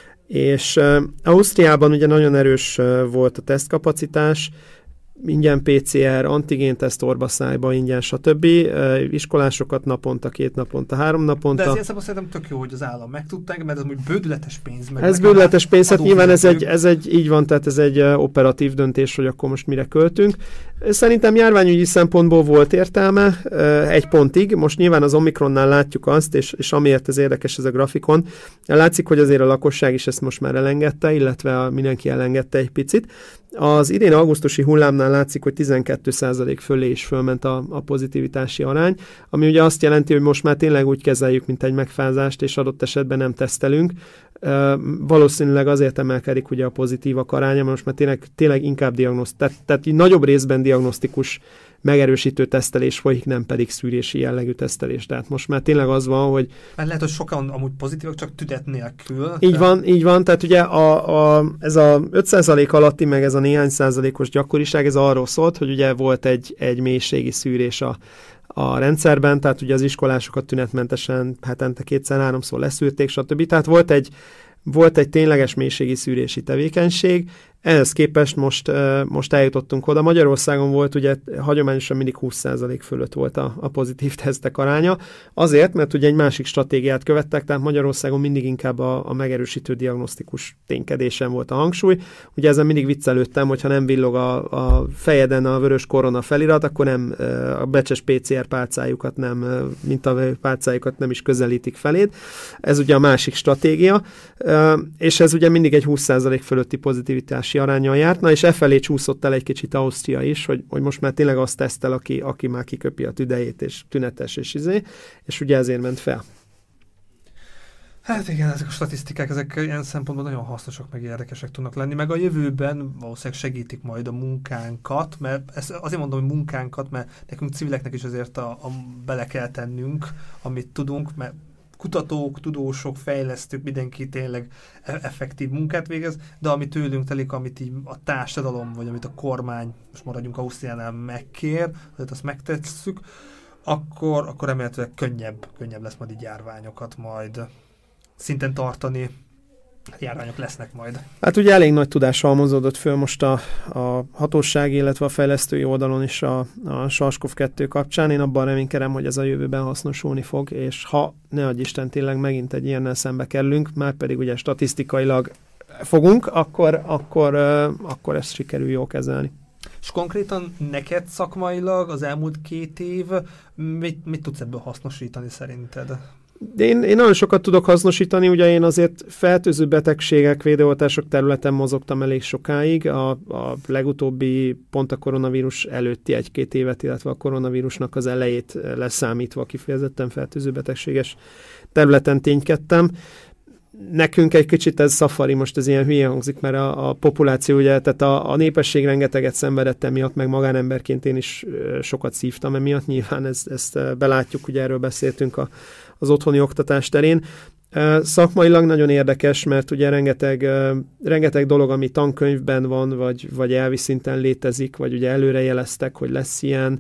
És uh, Ausztriában ugye nagyon erős uh, volt a tesztkapacitás, ingyen pé cé er, antigénteszt orbaszájba, ingyen stb. Uh, iskolásokat naponta, két naponta, három naponta. De ez ilyen szerintem tök jó, hogy az állam megtudták, mert ez úgy bődületes pénz. Meg ez meg bődületes pénz, hát nyilván ez egy, ez egy, így van, tehát ez egy uh, operatív döntés, hogy akkor most mire költünk. Szerintem járványügyi szempontból volt értelme uh, egy pontig. Most nyilván az Omikronnál látjuk azt, és, és amiért ez érdekes ez a grafikon, látszik, hogy azért a lakosság is ezt most már elengedte, illetve a, mindenki elengedte egy picit. Az idén augusztusi hullámnál látszik, hogy tizenkét százalék fölé is fölment a, a pozitivitási arány, ami ugye azt jelenti, hogy most már tényleg úgy kezeljük, mint egy megfázást, és adott esetben nem tesztelünk. Uh, valószínűleg azért emelkedik ugye a pozitívak aránya, most már tényleg, tényleg inkább diagnosztikus, tehát, tehát nagyobb részben diagnosztikus megerősítő tesztelés folyik, nem pedig szűrési jellegű tesztelés. Tehát most már tényleg az van, hogy... Mert lehet, hogy sokan amúgy pozitívak, csak tünet nélkül. Így van, van, így van. Tehát ugye a, a, ez a öt százalék alatti, meg ez a néhány százalékos gyakoriság, ez arról szólt, hogy ugye volt egy, egy mélységi szűrés a, a rendszerben, tehát ugye az iskolásokat tünetmentesen hetente kétszer-háromszor leszűrték, stb. Tehát volt egy, volt egy tényleges mélységi szűrési tevékenység. Ehhez képest most, most eljutottunk oda. Magyarországon volt ugye hagyományosan mindig húsz százalék fölött volt a, a pozitív tesztek aránya. Azért, mert ugye egy másik stratégiát követtek, tehát Magyarországon mindig inkább a, a megerősítő diagnosztikus ténykedésen volt a hangsúly. Ugye ezen mindig viccelődtem, hogyha nem villog a, a fejeden a vörös korona felirat, akkor nem a becses pé cé er pálcájukat nem, mint a pálcájukat nem is közelítik feléd. Ez ugye a másik stratégia, és ez ugye mindig egy húsz százalék fölötti pozitivitás arányon járt, na és e felé csúszott el egy kicsit Ausztria is, hogy, hogy most már tényleg azt tesztel, aki, aki már kiköpi a tüdejét, és tünetes, és izé, és ugye ezért ment fel. Hát igen, ezek a statisztikák, ezek ilyen szempontból nagyon hasznosak, meg érdekesek tudnak lenni, meg a jövőben valószínűleg segítik majd a munkánkat, mert ezt azért mondom, hogy munkánkat, mert nekünk civileknek is azért a, a bele kell tennünk, amit tudunk, mert kutatók, tudósok, fejlesztők, mindenki tényleg effektív munkát végez, de ami tőlünk telik, amit így a társadalom, vagy amit a kormány, most maradjunk Ausztriánál, megkér, hogy azt megtesszük, akkor, akkor remélhetőleg könnyebb, könnyebb lesz majd így járványokat majd szinten tartani. Járványok lesznek majd. Hát ugye elég nagy tudás halmozódott föl most a, a hatóság, illetve a fejlesztői oldalon is a, a SARS-CoV kettő kapcsán. Én abban reménykedem, hogy ez a jövőben hasznosulni fog, és ha ne adj Isten tényleg megint egy ilyennel szembe kerülünk, már pedig ugye statisztikailag fogunk, akkor, akkor, akkor ezt sikerül jól kezelni. És konkrétan neked szakmailag az elmúlt két év mit, mit tudsz ebből hasznosítani szerinted? De én, én nagyon sokat tudok hasznosítani, ugye én azért fertőző betegségek, védőoltások területen mozogtam elég sokáig, a, a legutóbbi pont a koronavírus előtti egy-két évet, illetve a koronavírusnak az elejét leszámítva kifejezetten fertőző betegséges területen ténykedtem. Nekünk egy kicsit ez szafari, most ez ilyen hülye hangzik, mert a, a populáció, ugye, tehát a, a népesség rengeteget szenvedett emiatt, meg magánemberként én is sokat szívtam emiatt, nyilván ezt, ezt belátjuk, ugye erről beszéltünk a, az otthoni oktatás terén. Szakmailag nagyon érdekes, mert ugye rengeteg, rengeteg dolog, ami tankönyvben van, vagy, vagy elvi szinten létezik, vagy ugye előrejeleztek, hogy lesz ilyen,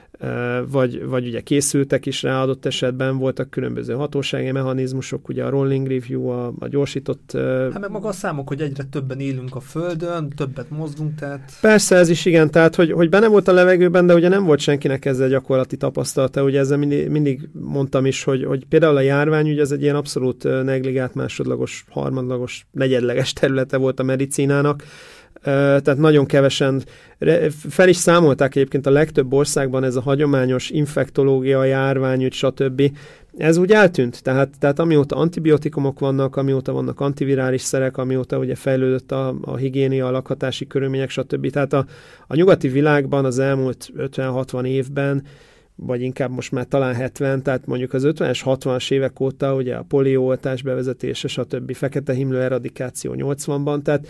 vagy, vagy ugye készültek is rá adott esetben, voltak különböző hatósági mechanizmusok, ugye a rolling review, a, a gyorsított... Hát meg maga a számok, hogy egyre többen élünk a Földön, többet mozgunk, tehát... Persze, ez is igen, tehát hogy, hogy benne volt a levegőben, de ugye nem volt senkinek ezzel gyakorlati tapasztalata, ugye ezzel mindig, mindig mondtam is, hogy, hogy például a járvány, ugye ez egy ilyen abszolút negligált, másodlagos, harmadlagos, negyedleges területe volt a medicinának, tehát nagyon kevesen, fel is számolták egyébként a legtöbb országban ez a hagyományos infektológia, járványügy, stb. Ez úgy eltűnt, tehát, tehát amióta antibiotikumok vannak, amióta vannak antivirális szerek, amióta ugye fejlődött a, a higiénia, a lakhatási körülmények, stb. Tehát a, a nyugati világban az elmúlt ötven-hatvan évben, vagy inkább most már talán hetven, tehát mondjuk az ötvenes, hatvanas évek óta ugye a polióoltás bevezetése, stb. Fekete himlő eradikáció nyolcvanban, tehát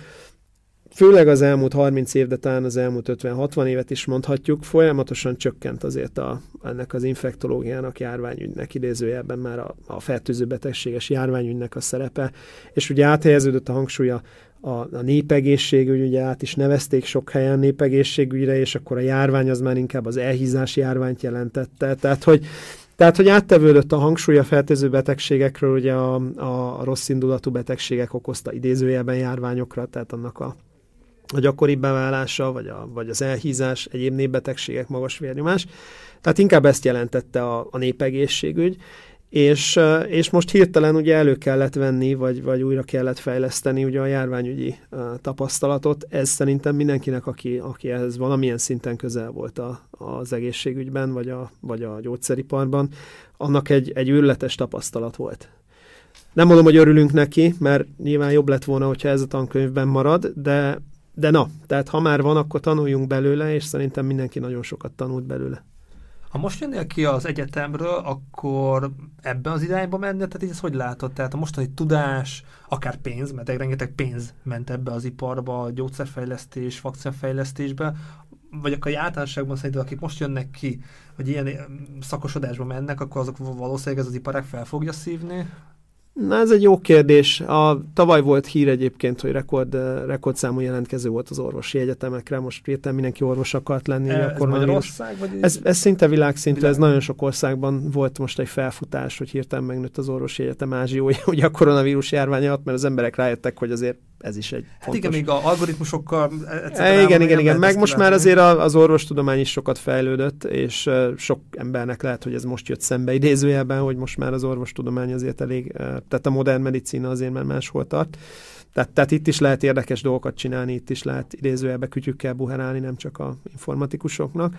főleg az elmúlt harminc év, de talán az elmúlt ötven-hatvan évet is mondhatjuk, folyamatosan csökkent azért a, ennek az infektológiának, járványügynek, idézőjelben már a, a fertőző betegséges járványügynek a szerepe, és ugye áthelyeződött a hangsúly a, a, a népegészségügy, ugye át is nevezték sok helyen népegészségügyre, és akkor a járvány az már inkább az elhízás járványt jelentette, tehát hogy Tehát, hogy áttevődött a hangsúly a fertőző betegségekről, ugye a, a rossz indulatú betegségek okozta idézőjelben járványokra, tehát annak a a gyakoribb beválása, vagy, a, vagy az elhízás, egyéb népbetegségek, magas vérnyomás. Tehát inkább ezt jelentette a, a népegészségügy, és, és most hirtelen ugye elő kellett venni, vagy, vagy újra kellett fejleszteni ugye a járványügyi tapasztalatot. Ez szerintem mindenkinek, aki, aki ehhez valamilyen szinten közel volt a, az egészségügyben, vagy a, vagy a gyógyszeriparban, annak egy, egy őrületes tapasztalat volt. Nem mondom, hogy örülünk neki, mert nyilván jobb lett volna, hogyha ez a tankönyvben marad, de De na, tehát ha már van, akkor tanuljunk belőle, és szerintem mindenki nagyon sokat tanult belőle. Ha most jönnél ki az egyetemről, akkor ebben az irányba menne, tehát így ezt hogy látod? Tehát a mostani tudás, akár pénz, mert rengeteg pénz ment ebbe az iparba, a gyógyszerfejlesztés, vakcinafejlesztésbe, vagy akkor általánosságban szerinted, akik most jönnek ki, hogy ilyen szakosodásba mennek, akkor azok valószínűleg ez az iparág fel fogja szívni? Na, ez egy jó kérdés. A, tavaly volt hír egyébként, hogy rekord, rekordszámú jelentkező volt az orvosi egyetemekre. Most értem, mindenki orvos akart lenni. E, ez Magyarország? Vagy ez, ez szinte világszintű, világ. Ez nagyon sok országban volt most egy felfutás, hogy hirtelen megnőtt az orvosi egyetem ázsiója, ugye a koronavírus járvány alatt, mert az emberek rájöttek, hogy azért ez is egy hát fontos... igen, még a algoritmusokkal... E, igen, igen, igen. Meg most már azért az orvostudomány is sokat fejlődött, és sok embernek lehet, hogy ez most jött szembe idézőjelben, hogy most már az orvostudomány azért elég, tehát a modern medicina azért már máshol tart. Tehát, tehát itt is lehet érdekes dolgokat csinálni, itt is lehet idézőjelben kütyükkel buherálni, nem csak a informatikusoknak.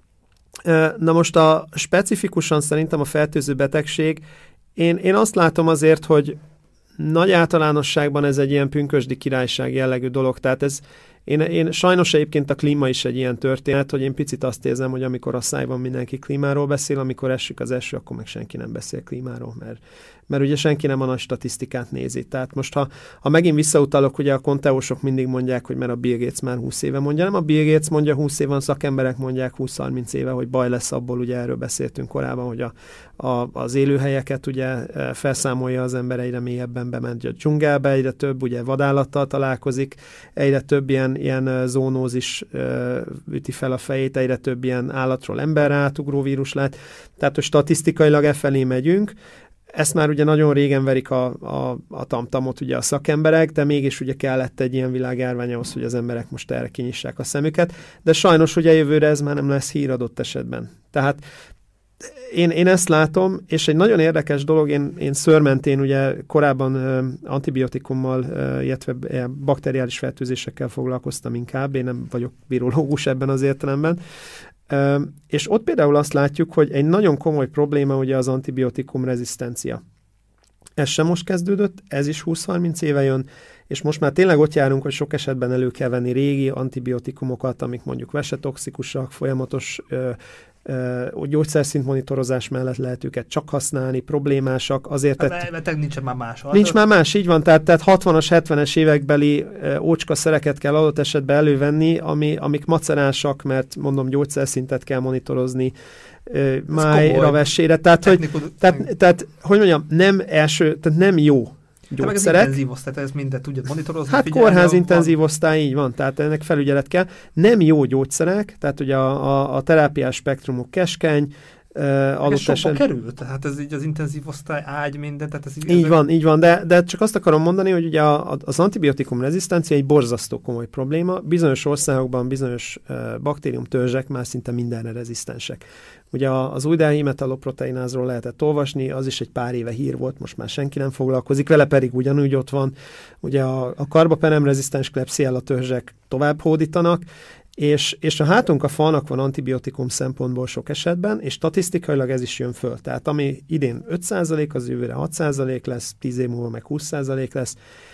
Na most a specifikusan szerintem a fertőző betegség, én, én azt látom azért, hogy nagy általánosságban ez egy ilyen pünkösdi királyság jellegű dolog, tehát ez, Én, én sajnos egyébként a klíma is egy ilyen történet, hogy én picit azt érzem, hogy amikor a szájban mindenki klímáról beszél, amikor esik az eső, akkor meg senki nem beszél klímáról, mert, mert ugye senki nem a nagy statisztikát nézi. Tehát most, ha, ha megint visszautalok, ugye a konteósok mindig mondják, hogy mert a Bill Gates már húsz éve mondja, nem a Bill Gates mondja húsz éve, szakemberek mondják húsz-harminc éve, hogy baj lesz abból, ugye erről beszéltünk korábban, hogy a, a, az élőhelyeket ugye felszámolja az ember, egyre mélyebben bement a dzsungelbe, egyre több ugye vadállattal találkozik, egyre több ilyen, ilyen zónózis üti fel a fejét, egyre több ilyen állatról emberre átugró vírus lett. Tehát, hogy statisztikailag e felé megyünk. Ezt már ugye nagyon régen verik a, a, a tamtamot ugye a szakemberek, de mégis ugye kellett egy ilyen világjárvány ahhoz, hogy az emberek most erre kinyissák a szemüket. De sajnos ugye jövőre ez már nem lesz hír adott esetben. Tehát Én, én ezt látom, és egy nagyon érdekes dolog, én, én szőrmentén ugye korábban uh, antibiotikummal, uh, illetve uh, bakteriális fertőzésekkel foglalkoztam inkább, én nem vagyok virológus ebben az értelemben, uh, és ott például azt látjuk, hogy egy nagyon komoly probléma ugye az antibiotikum rezisztencia. Ez sem most kezdődött, ez is húsz-harminc éve jön, és most már tényleg ott járunk, hogy sok esetben elő kell venni régi antibiotikumokat, amik mondjuk vesetoxikusak, folyamatos uh, Uh, gyógyszerszint monitorozás mellett lehet őket csak használni, problémásak, azért... Tehát, mert nincsen már más. Nincs már más, így van, tehát, tehát hatvanas, hetvenes évekbeli uh, ócskaszereket kell adott esetben elővenni, ami, amik macerásak, mert mondom, gyógyszerszintet kell monitorozni uh, májra, vessére, tehát hogy, tehát, tehát, hogy mondjam, nem első, tehát nem jó gyógyszerek. Hát intenzív osztály, tehát ezt mindet tudja monitorozni. Hát kórház intenzív osztály, így van, tehát ennek felügyelet kell. Nem jó gyógyszerek, tehát ugye a, a, a terápiás spektrumok keskeny, Uh, ez sokba kerül, tehát ez így az intenzív osztály, ágy, minden, tehát ez így... Így van, így van, de, de csak azt akarom mondani, hogy ugye a, az antibiotikum rezisztencia egy borzasztó komoly probléma. Bizonyos országokban bizonyos uh, baktériumtörzsek már szinte mindenre rezisztensek. Ugye az új dimetallproteinázról lehetett olvasni, az is egy pár éve hír volt, most már senki nem foglalkozik vele, pedig ugyanúgy ott van. Ugye a, a karbapenem rezisztens Klebsiella törzsek tovább hódítanak, És, és a hátunk a falnak van antibiotikum szempontból sok esetben, és statisztikailag ez is jön föl. Tehát ami idén öt százalék, az jövőre hat százalék lesz, tíz év múlva meg húsz százalék lesz,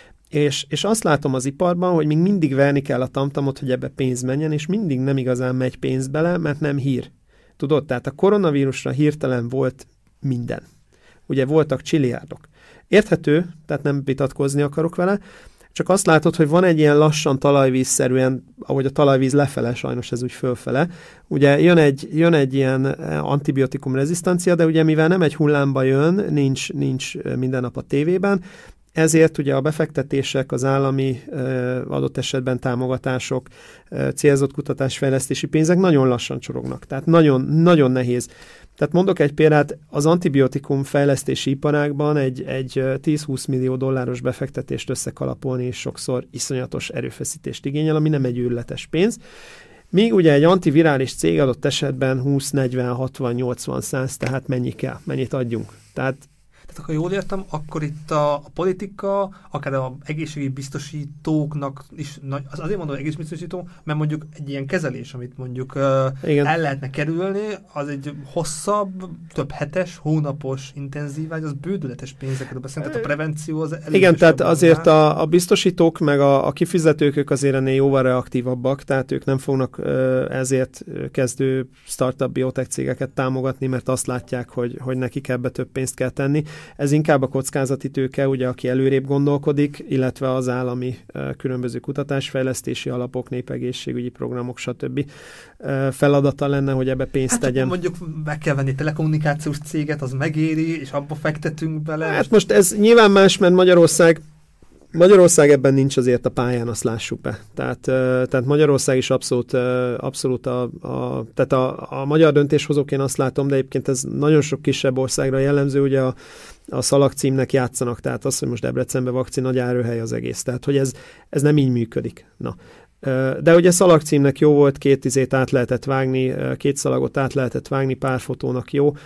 és, és azt látom az iparban, hogy még mindig verni kell a tamtamot, hogy ebbe pénz menjen, és mindig nem igazán megy pénz bele, mert nem hír. Tudod, tehát a koronavírusra hirtelen volt minden. Ugye voltak csilliárdok. Érthető, tehát nem vitatkozni akarok vele, csak azt látod, hogy van egy ilyen lassan talajvízszerűen, ahogy a talajvíz lefele, sajnos ez úgy fölfele, ugye jön egy, jön egy ilyen antibiotikum rezisztencia, de ugye mivel nem egy hullámba jön, nincs, nincs minden nap a tévében, ezért ugye a befektetések, az állami adott esetben támogatások, célzott kutatásfejlesztési pénzek nagyon lassan csorognak. Tehát nagyon, nagyon nehéz. Tehát mondok egy példát, az antibiotikum fejlesztési iparágban egy, egy tíz-húsz millió dolláros befektetést összekalapolni, és sokszor iszonyatos erőfeszítést igényel, ami nem egy őrületes pénz. Míg ugye egy antivirális cég adott esetben húsz, negyven, hatvan, nyolcvan, száz, tehát mennyi kell, mennyit adjunk. Tehát Tehát ha jól értem, akkor itt a, a politika, akár az egészségügyi biztosítóknak is, az azért mondom egészségügyi biztosító, mert mondjuk egy ilyen kezelés, amit mondjuk uh, el lehetne kerülni, az egy hosszabb, több hetes, hónapos intenzívágy, az bődületes pénzeket beszélni, tehát a prevenció az elég. Igen, tehát azért a, a biztosítók meg a, a kifizetők, ők azért ennél jóval reaktívabbak, tehát ők nem fognak uh, ezért kezdő startup biotech cégeket támogatni, mert azt látják, hogy, hogy nekik ebbe több pénzt kell tenni. Ez inkább a kockázati tőke, ugye, aki előrébb gondolkodik, illetve az állami uh, különböző kutatásfejlesztési alapok, népegészségügyi programok, stb. Uh, feladata lenne, hogy ebbe pénzt hát, tegyen. Mondjuk meg kell venni telekommunikációs céget, az megéri, és abba fektetünk bele. Hát most ez nyilván más, mert Magyarország Magyarország ebben nincs azért a pályán, azt lássuk be. Tehát, tehát Magyarország is abszolút, abszolút a, a, tehát a, a magyar döntéshozók én azt látom, de egyébként ez nagyon sok kisebb országra jellemző, ugye a, a szalagcímnek játszanak, tehát az, hogy most Debrecenbe vakcin, nagy járőhely az egész. Tehát, hogy ez, ez nem így működik. Na. De ugye szalagcímnek jó volt, két tizét át lehetett vágni, két szalagot át lehetett vágni, pár fotónak jó.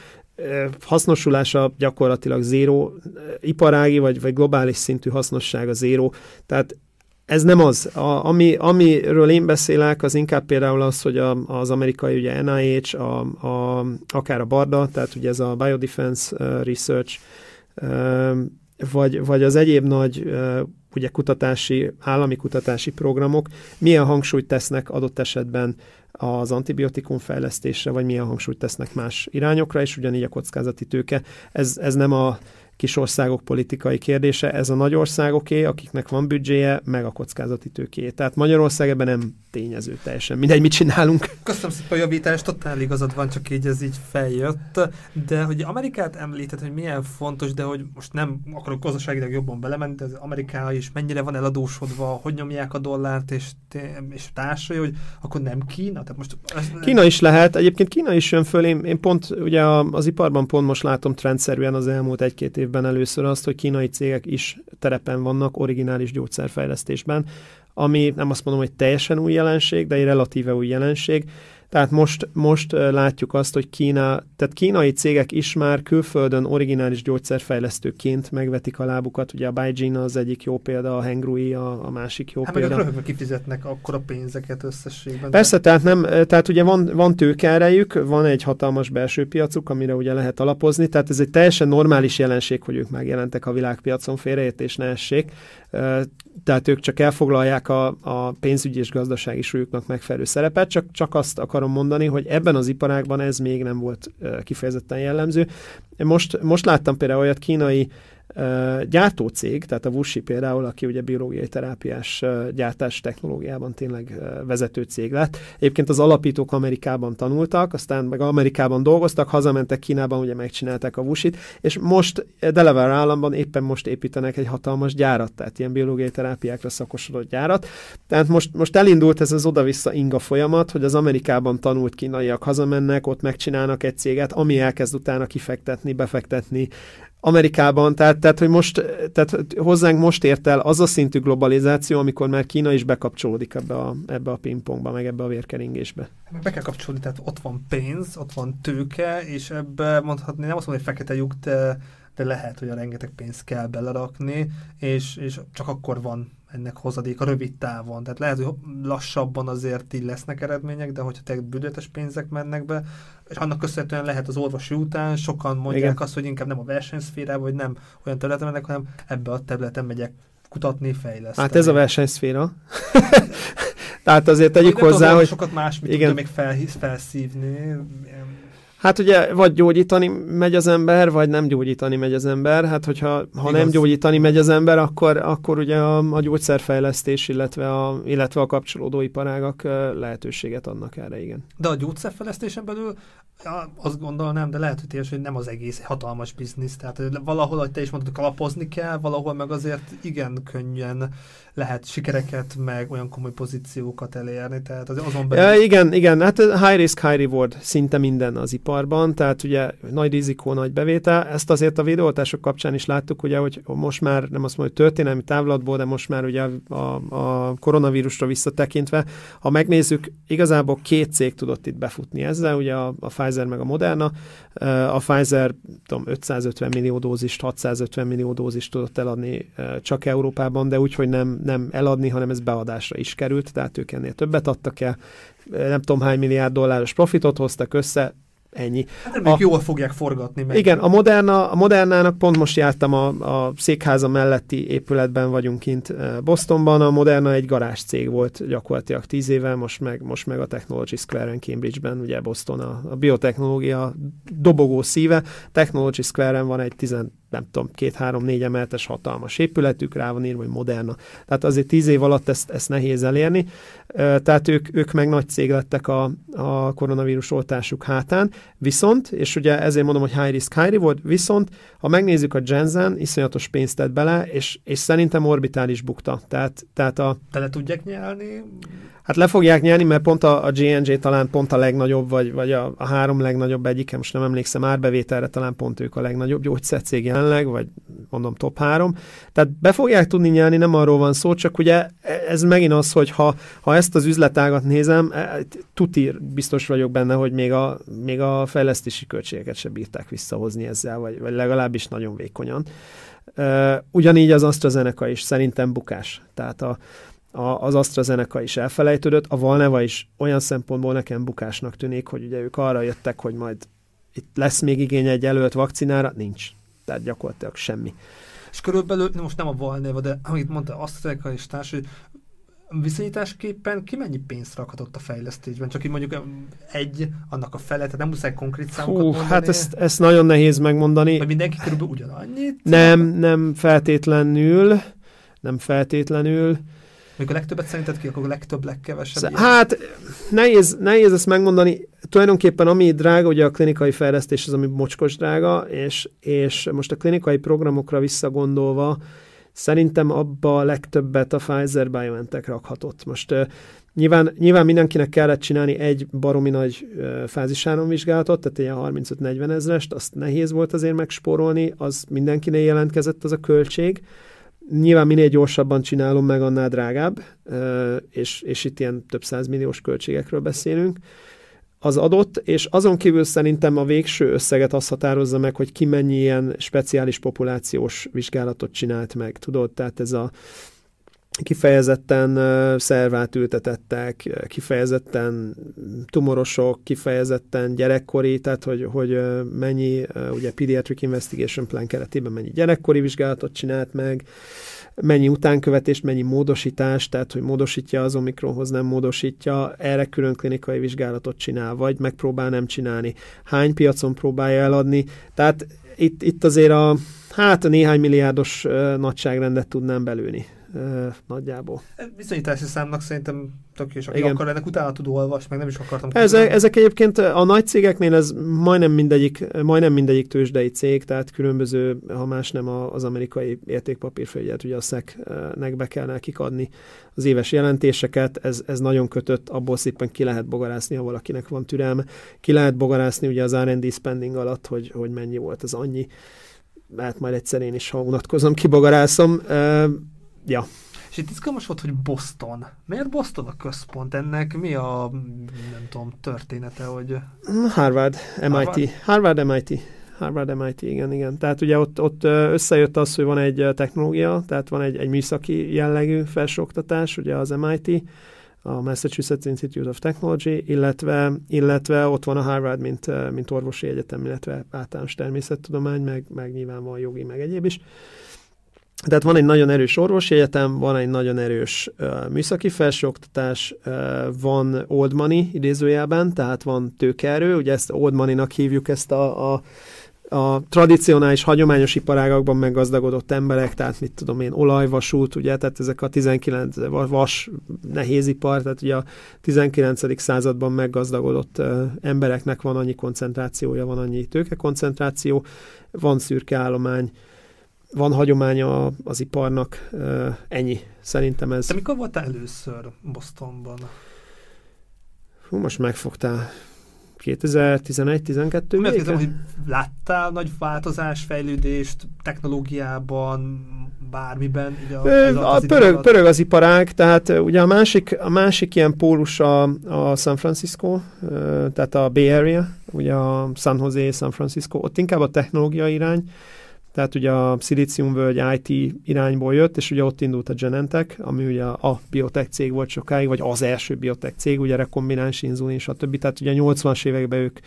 Hasznosulása gyakorlatilag zéró, iparági vagy, vagy globális szintű hasznossága zéró, tehát ez nem az. A, ami, amiről én beszélek, az inkább például az, hogy a, az amerikai ugye en i há, a, a, akár a BARDA, tehát ugye ez a Biodefense Research, vagy, vagy az egyéb nagy ugye kutatási, állami kutatási programok milyen hangsúlyt tesznek adott esetben az antibiotikum fejlesztésre, vagy milyen hangsúlyt tesznek más irányokra, és ugyanígy a kockázati tőke. Ez, ez nem a kis országok politikai kérdése, ez a nagy országoké, akiknek van büdzséje, meg a kockázati tőkéje. Tehát Magyarország ebben nem tényező teljesen. Mindegy, mit csinálunk. Köszönöm szépen a javítást, totál igazad van, csak így ez így feljött. De hogy Amerikát említett, hogy milyen fontos, de hogy most nem akarok gazdaságilag jobban belemenni, de az Amerika is mennyire van eladósodva, hogy nyomják a dollárt, és, és társai, hogy akkor nem Kína? Tehát most ez... Kína is lehet. Egyébként Kína is jön föl. Én, én pont ugye az iparban pont most látom trendszerűen az elmúlt egy-két évben először azt, hogy kínai cégek is terepen vannak originális gyógyszerfejlesztésben, ami nem azt mondom, hogy teljesen új jelenség, de egy relatíve új jelenség. Tehát most, most látjuk azt, hogy Kína, tehát kínai cégek is már külföldön originális gyógyszerfejlesztőként megvetik a lábukat. Ugye a Baijin az egyik jó példa, a Hengrui a, a másik jó hát példa. Hát meg röhögve kifizetnek akkor a pénzeket összességben. Persze, tehát, nem, tehát ugye van, van tőkeerejük, van egy hatalmas belső piacuk, amire ugye lehet alapozni, tehát ez egy teljesen normális jelenség, hogy ők megjelentek a világpiacon, félreértés ne essék. Tehát ők csak elfoglalják a, a pénzügyi és gazdasági súlyuknak megfelelő szerepet, csak, csak azt akarom mondani, hogy ebben az iparágban ez még nem volt kifejezetten jellemző. Most, most láttam például olyat kínai uh, gyártócég, tehát a Wuxi például, aki ugye biológiai terápiás uh, gyártás technológiában tényleg uh, vezető cég lett. Egyébként az alapítók Amerikában tanultak, aztán meg Amerikában dolgoztak, hazamentek Kínában, ugye megcsinálták a Wuxit, és most Delaware államban éppen most építenek egy hatalmas gyárat, tehát ilyen biológiai terápiákra szakosodott gyárat. Tehát most, most elindult ez az oda-vissza inga folyamat, hogy az Amerikában tanult kínaiak hazamennek, ott megcsinálnak egy céget, ami elkezd utána kifektetni, befektetni Amerikában, tehát, tehát, hogy most, tehát hozzánk most ért el az a szintű globalizáció, amikor már Kína is bekapcsolódik ebbe a, ebbe a pingpongba, meg ebbe a vérkeringésbe. Be kell kapcsolódni, tehát ott van pénz, ott van tőke, és ebbe mondhatni, nem azt mondom, hogy fekete lyuk, de, de lehet, hogy a rengeteg pénzt kell belerakni, és, és csak akkor van ennek hozadék a rövid távon. Tehát lehet, hogy lassabban azért így lesznek eredmények, de hogyha te bődöletes pénzek mennek be, és annak köszönhetően lehet az orvosi után, sokan mondják Igen. azt, hogy inkább nem a versenyszférába, vagy nem olyan területen mennek, hanem ebbe a területen megyek kutatni, fejleszteni. Hát ez a versenyszféra. Tehát azért tegyük hozzá, hogy... Sokat más, mit tudja még felhisz, felszívni. Hát ugye vagy gyógyítani megy az ember, vagy nem gyógyítani megy az ember. Hát hogyha ha nem gyógyítani megy az ember, akkor, akkor ugye a, a gyógyszerfejlesztés, illetve a, illetve a kapcsolódó iparágak lehetőséget adnak erre, igen. De a gyógyszerfejlesztésen belül ja, azt gondolnám, de lehet, hogy tényleg, hogy nem az egész hatalmas biznisz. Tehát valahol, hogy te is mondtad, kalapozni kell, valahol meg azért igen könnyen lehet sikereket, meg olyan komoly pozíciókat elérni. Tehát az azon belül... ja, igen, igen, hát high risk, high reward szinte minden az iparban, tehát ugye nagy rizikó, nagy bevétel. Ezt azért a védőoltások kapcsán is láttuk, ugye, hogy most már, nem azt mondom, hogy történelmi távlatból, de most már ugye a, a koronavírusra visszatekintve, ha megnézzük, igazából két cég tudott itt befutni ezzel, ugye a, a Pfizer meg a Moderna. A Pfizer tudom, ötszázötven millió dózist, hatszázötven millió dózist tudott eladni csak Európában, de úgy, hogy nem, nem eladni, hanem ez beadásra is került, tehát ők ennél többet adtak el. Nem tudom hány milliárd dolláros profitot hoztak össze, ennyi. Hát a, jól fogják forgatni meg. Igen, a, Moderna, a Modernának pont most jártam a, a székháza melletti épületben vagyunk kint Bostonban, a Moderna egy garázs cég volt gyakorlatilag tíz éve, most meg, most meg a Technology Square-en Cambridge-ben, ugye Boston a, a biotechnológia dobogó szíve, Technology Square-en van egy tizen nem tudom, két-három-négy emeletes hatalmas épületük, rá van írva, hogy Moderna. Tehát azért tíz év alatt ezt, ezt nehéz elérni. Tehát ők, ők meg nagy cég lettek a, a koronavírus oltásuk hátán. Viszont, és ugye ezért mondom, hogy high risk, high reward, viszont ha megnézzük a Janssen, iszonyatos pénzt tett bele, és, és szerintem orbitális bukta. Tehát, tehát a... De le tudják nyelni? Hát le fogják nyerni, mert pont a, a J and J talán pont a legnagyobb, vagy, vagy a, a három legnagyobb egyike, most nem emlékszem, árbevételre talán pont ők a legnagyobb gyógyszercég jelenleg, vagy mondom top három. Tehát be fogják tudni nyerni, nem arról van szó, csak ugye ez megint az, hogy ha, ha ezt az üzletágat nézem, tuti biztos vagyok benne, hogy még a, még a fejlesztési költségeket se bírták visszahozni ezzel, vagy, vagy legalábbis nagyon vékonyan. Ugyanígy az AstraZeneca is szerintem bukás. Tehát a az AstraZeneca is elfelejtődött, a Valneva is olyan szempontból nekem bukásnak tűnik, hogy ugye ők arra jöttek, hogy majd itt lesz még igény egy jelölt vakcinára, nincs. Tehát gyakorlatilag semmi. És körülbelül, most nem a Valneva, de amit mondta, AstraZeneca és társ, hogy viszonyításképpen ki mennyi pénzt rakhatott a fejlesztésben? Csak így mondjuk egy, annak a fele, tehát nem muszáj konkrét számokat Hú, mondani. hát ezt, ezt nagyon nehéz megmondani. Vagy mindenki körülbelül ugyanannyit? Nem, nem feltétlenül, nem feltétlenül. Még a legtöbbet szerinted ki, akkor a legtöbb, legkevesebb? Hát nehéz, nehéz ezt megmondani. Tulajdonképpen ami drága, ugye a klinikai fejlesztés az, ami mocskos drága, és, és most a klinikai programokra visszagondolva, szerintem abba a legtöbbet a Pfizer-BioNTech rakhatott. Most uh, nyilván, nyilván mindenkinek kellett csinálni egy baromi nagy uh, fázisáromvizsgálatot, tehát ilyen harmincöt-negyven ezrest, azt nehéz volt azért megspórolni, az mindenkinél jelentkezett az a költség. Nyilván minél gyorsabban csinálom meg, annál drágább, uh, és, és itt ilyen több százmilliós költségekről beszélünk. Az adott, és azon kívül szerintem a végső összeget azt határozza meg, hogy ki mennyi ilyen speciális populációs vizsgálatot csinált meg. Tudod, tehát ez a kifejezetten uh, szervát ültetettek, kifejezetten tumorosok, kifejezetten gyerekkori, tehát hogy, hogy uh, mennyi, uh, ugye Pediatric Investigation Plan keretében mennyi gyerekkori vizsgálatot csinált meg, mennyi utánkövetést, mennyi módosítást, tehát hogy módosítja az Omikronhoz, nem módosítja, erre külön klinikai vizsgálatot csinál, vagy megpróbál nem csinálni, hány piacon próbálja eladni, tehát itt, itt azért a, hát a néhány milliárdos uh, nagyságrendet tudnám belülni. Uh, nagyjából. Viszonyítási számnak szerintem tök jó, és aki Igen. akar, ennek utána tud olvasni, meg nem is akartam. Ezek, ezek egyébként a nagy cégeknél ez majdnem mindegyik, majdnem mindegyik tőzsdei cég, tehát különböző, ha más nem az amerikai értékpapírfelügyelet, ugye a szeknek be kell nekik adni az éves jelentéseket, ez, ez nagyon kötött, abból szépen ki lehet bogarászni, ha valakinek van türelme. Ki lehet bogarászni ugye az er and dé spending alatt, hogy, hogy mennyi volt az annyi. Hát majd egyszer én is, ha unatkozom, kibogarászom. Uh, Ja. És itt izgalmas volt, hogy Boston. Miért Boston a központ? Ennek mi a, nem tudom, története, hogy... Harvard, em i té. Harvard, em i té. Harvard, em i té, igen, igen. Tehát ugye ott, ott összejött az, hogy van egy technológia, tehát van egy, egy műszaki jellegű felsőoktatás, ugye az em i té, a Massachusetts Institute of Technology, illetve, illetve ott van a Harvard, mint, mint orvosi egyetem, illetve általános természettudomány, meg, meg nyilván van jogi, meg egyéb is. Tehát van egy nagyon erős orvosi egyetem, van egy nagyon erős uh, műszaki felsőoktatás, uh, van old money idézőjelben, tehát van tőkeerő, ugye ezt old money-nak hívjuk ezt a, a, a tradicionális, hagyományos iparágakban meggazdagodott emberek, tehát mit tudom én, olaj, vasút, ugye, tehát ezek a tizenkilenc vas nehézipar, tehát ugye a tizenkilencedik században meggazdagodott uh, embereknek van annyi koncentrációja, van annyi tőkekoncentráció, van szürke állomány, van hagyománya az iparnak, uh, ennyi. Szerintem ez... Te mikor voltál először Bostonban? Hú, most megfogtál. kétezer-tizenegy-tizenkettő Miért kérdezem, hogy láttál nagy változás, fejlődést technológiában, bármiben? Ugye a, Ö, az a az pörög, pörög az iparág, tehát ugye a másik, a másik ilyen pólus a, a San Francisco, tehát a Bay Area, ugye a San Jose, San Francisco, ott inkább a technológia irány, tehát ugye a szilíciumvölgy i té irányból jött, és ugye ott indult a Genentech, ami ugye a biotech cég volt sokáig, vagy az első biotech cég, ugye rekombináns inzulin, stb. Tehát ugye a nyolcvanas években ők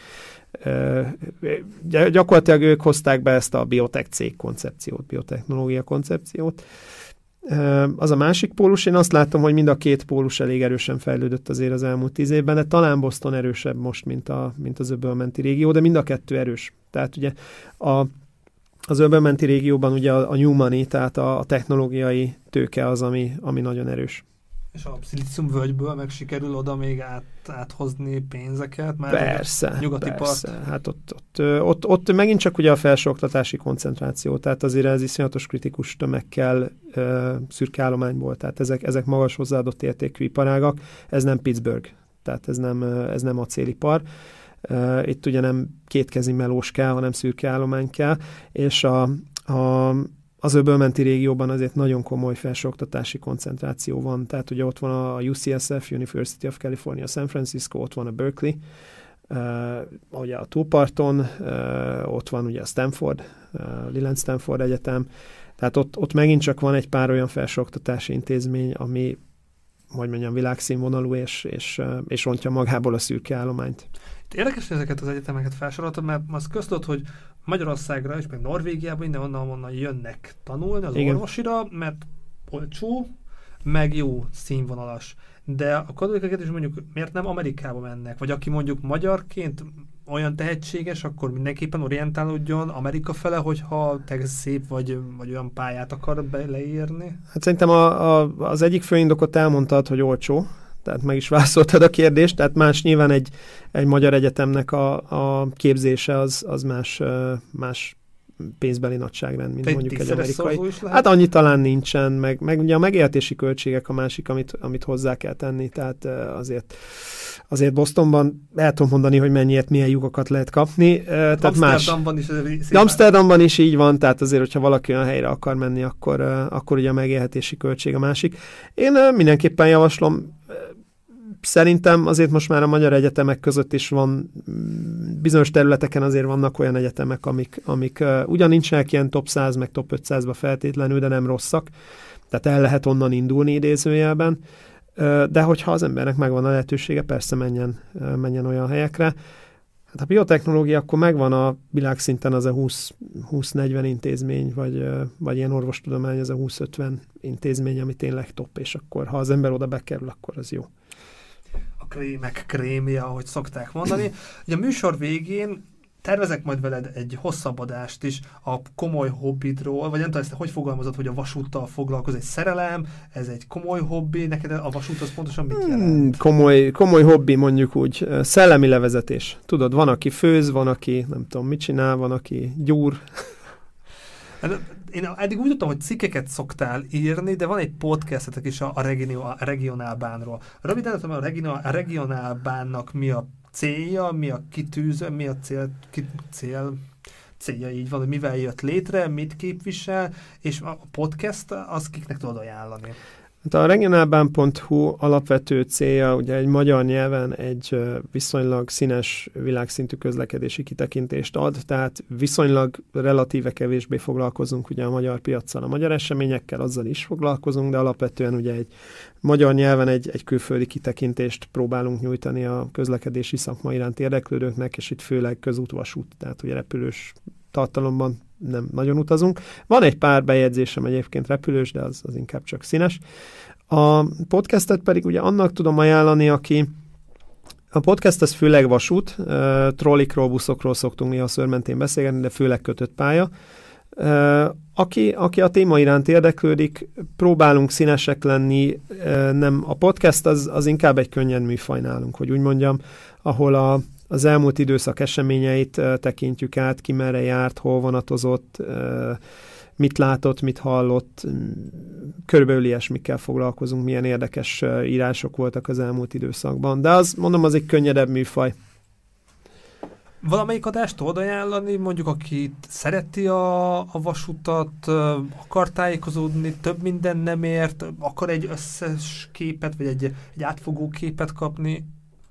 e, gyakorlatilag ők hozták be ezt a biotech cég koncepciót, biotechnológia koncepciót. E, az a másik pólus, én azt látom, hogy mind a két pólus elég erősen fejlődött azért az elmúlt tíz évben, de talán Boston erősebb most, mint, a, mint az öbölmenti régió, de mind a kettő erős. Tehát ugye a Az öbölmenti régióban ugye a, a new money, tehát a, a technológiai tőke az, ami, ami nagyon erős. És a szilíciumvölgyből meg sikerül oda még át, áthozni pénzeket? Már persze, nyugati persze. part. Hát ott, ott, ott, ott megint csak ugye a felsőoktatási koncentráció, tehát azért ez iszonyatos kritikus tömegkel uh, szürke állományból, tehát ezek, ezek magas hozzáadott értékű iparágak, ez nem Pittsburgh, tehát ez nem, ez nem acélipar. Uh, itt ugye nem kétkezi melós kell, hanem szürke állomány kell, és a, a, az öbölmenti régióban azért nagyon komoly felsőoktatási koncentráció van, tehát ugye ott van a u cé es ef, University of California, San Francisco, ott van a Berkeley, uh, ugye a túlparton, uh, ott van ugye a Stanford, uh, Leland Stanford Egyetem, tehát ott, ott megint csak van egy pár olyan felsőoktatási intézmény, ami hogy mondjam, világszínvonalú, és, és, és rontja magából a szürke állományt. Érdekes, hogy ezeket az egyetemeket felsoroltad, mert az köztudott, hogy Magyarországra és meg Norvégiában innen onnan, onnan jönnek tanulni az Igen. orvosira, mert olcsó, meg jó színvonalas. De a katolikákat is mondjuk miért nem Amerikába mennek? Vagy aki mondjuk magyarként olyan tehetséges, akkor mindenképpen orientálódjon Amerika fele, hogyha te szép vagy, vagy olyan pályát akar beleírni? Hát szerintem a, a, az egyik fő indokot elmondtad, hogy olcsó. Tehát meg is válaszoltad a kérdést, tehát más nyilván egy, egy magyar egyetemnek a, a képzése az, az más, más pénzbeli nagyságrend, mint Te mondjuk egy amerikai. Hát annyi talán nincsen, meg, meg ugye a megélhetési költségek a másik, amit, amit hozzá kell tenni, tehát azért, azért Bostonban el tudom mondani, hogy mennyiért milyen lyukokat lehet kapni. Tehát Amsterdamban más, is. Amsterdamban is így van, tehát azért, hogyha valaki olyan helyre akar menni, akkor, akkor ugye a megélhetési költség a másik. Én mindenképpen javaslom, szerintem azért most már a magyar egyetemek között is van, bizonyos területeken azért vannak olyan egyetemek, amik, amik uh, ugyan nincsenek ilyen top száz, meg top ötszázba feltétlenül, de nem rosszak. Tehát el lehet onnan indulni idézőjelben. Uh, de hogyha az embernek megvan a lehetősége, persze menjen, uh, menjen olyan helyekre. Hát a biotechnológia akkor megvan a világszinten az a húsz-negyven intézmény, vagy, uh, vagy ilyen orvostudomány, az a húsz-ötven intézmény, ami tényleg top, és akkor ha az ember oda bekerül, akkor az jó. Krémek krémje, ahogy szokták mondani. Ugye a műsor végén tervezek majd veled egy hosszabb adást is a komoly hobbidról, vagy nem tudom, ezt hogy fogalmazod, hogy a vasúttal foglalkoz, egy szerelem, ez egy komoly hobbi, neked a vasút az pontosan mit jelent? Hmm, komoly, komoly hobbi, mondjuk úgy, szellemi levezetés. Tudod, van, aki főz, van, aki nem tudom mit csinál, van, aki gyúr. Én eddig úgy tudtam, hogy cikkeket szoktál írni, de van egy podcastetek is a, a, region, a regionálbánról. Röviden tudom, a, regionál, a regionálbánnak mi a célja, mi a kitűző, mi a cél, ki, cél, célja így van, hogy mivel jött létre, mit képvisel, és a podcast az kiknek tudod ajánlani? A regionálbán pont hu alapvető célja ugye egy magyar nyelven egy viszonylag színes világszintű közlekedési kitekintést ad, tehát viszonylag relatíve kevésbé foglalkozunk ugye a magyar piaccal, a magyar eseményekkel, azzal is foglalkozunk, de alapvetően ugye egy magyar nyelven egy, egy külföldi kitekintést próbálunk nyújtani a közlekedési szakma iránt érdeklődőknek, és itt főleg közút-vasút, tehát ugye repülős tartalomban nem nagyon utazunk. Van egy pár bejegyzésem egyébként repülős, de az, az inkább csak színes. A podcastet pedig ugye annak tudom ajánlani, aki a podcast az főleg vasút, uh, trollikról, buszokról szoktunk néha szőrmentén beszélgetni, de főleg kötött pálya. Uh, aki, aki a téma iránt érdeklődik, próbálunk színesek lenni, uh, nem, a podcast az, az inkább egy könnyed műfaj nálunk, hogy úgy mondjam, ahol a az elmúlt időszak eseményeit uh, tekintjük át, ki merre járt, hol vonatozott, uh, mit látott, mit hallott, körülbelül ilyesmikkel foglalkozunk, milyen érdekes uh, írások voltak az elmúlt időszakban. De az, mondom, az egy könnyedebb műfaj. Valamelyik adást tudod ajánlani, mondjuk aki szereti a, a vasutat, uh, akar tájékozódni, több minden nem ért, akar egy összes képet, vagy egy, egy átfogó képet kapni?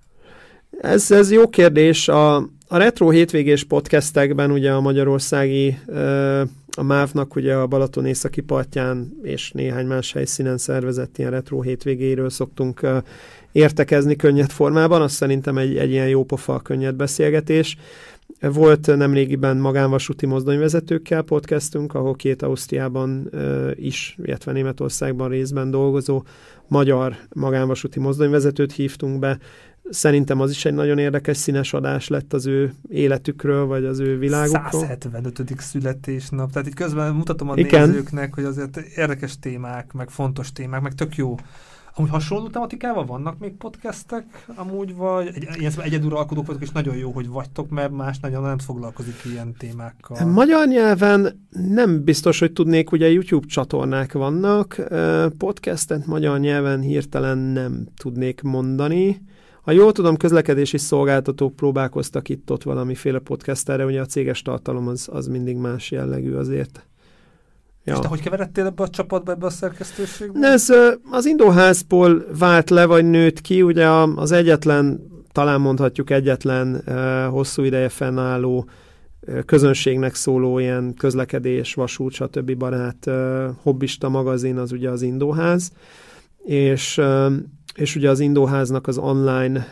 Ez, ez jó kérdés. A, a Retro hétvégés podcastekben ugye a magyarországi, a MÁV-nak ugye a Balaton északi partján és néhány más helyszínen szervezett ilyen retro hétvégéről szoktunk értekezni könnyed formában. Azt szerintem egy, egy ilyen jópofa könnyed beszélgetés. Volt nemrégiben magánvasúti mozdonyvezetőkkel podcastünk, ahol két Ausztriában is, illetve Németországban részben dolgozó magyar magánvasúti mozdonyvezetőt hívtunk be. Szerintem az is egy nagyon érdekes színes adás lett az ő életükről, vagy az ő világukról. száz hetvenötödik születésnap. Tehát itt közben mutatom a Igen. nézőknek, hogy azért érdekes témák, meg fontos témák, meg tök jó. Amúgy hasonló tematikával vannak még podcastek, amúgy, vagy egy, ilyen egyeduralkodók vagyok, és nagyon jó, hogy vagytok, mert más nagyon nem foglalkozik ilyen témákkal. Magyar nyelven nem biztos, hogy tudnék, ugye YouTube csatornák vannak, podcastet magyar nyelven hirtelen nem tudnék mondani. Ha jól tudom, közlekedési szolgáltatók próbálkoztak itt-ott valamiféle podcasterre, ugye a céges tartalom az, az mindig más jellegű azért. Ja. És te hogy keveredtél ebbe a csapatba, ebbe a szerkesztőségbe? Ez az Indóházból vált le, vagy nőtt ki, ugye az egyetlen, talán mondhatjuk egyetlen hosszú ideje fennálló közönségnek szóló ilyen közlekedés, vasút, stb. Barát hobbista magazin az ugye az Indóház. és, és ugye az Indóháznak az online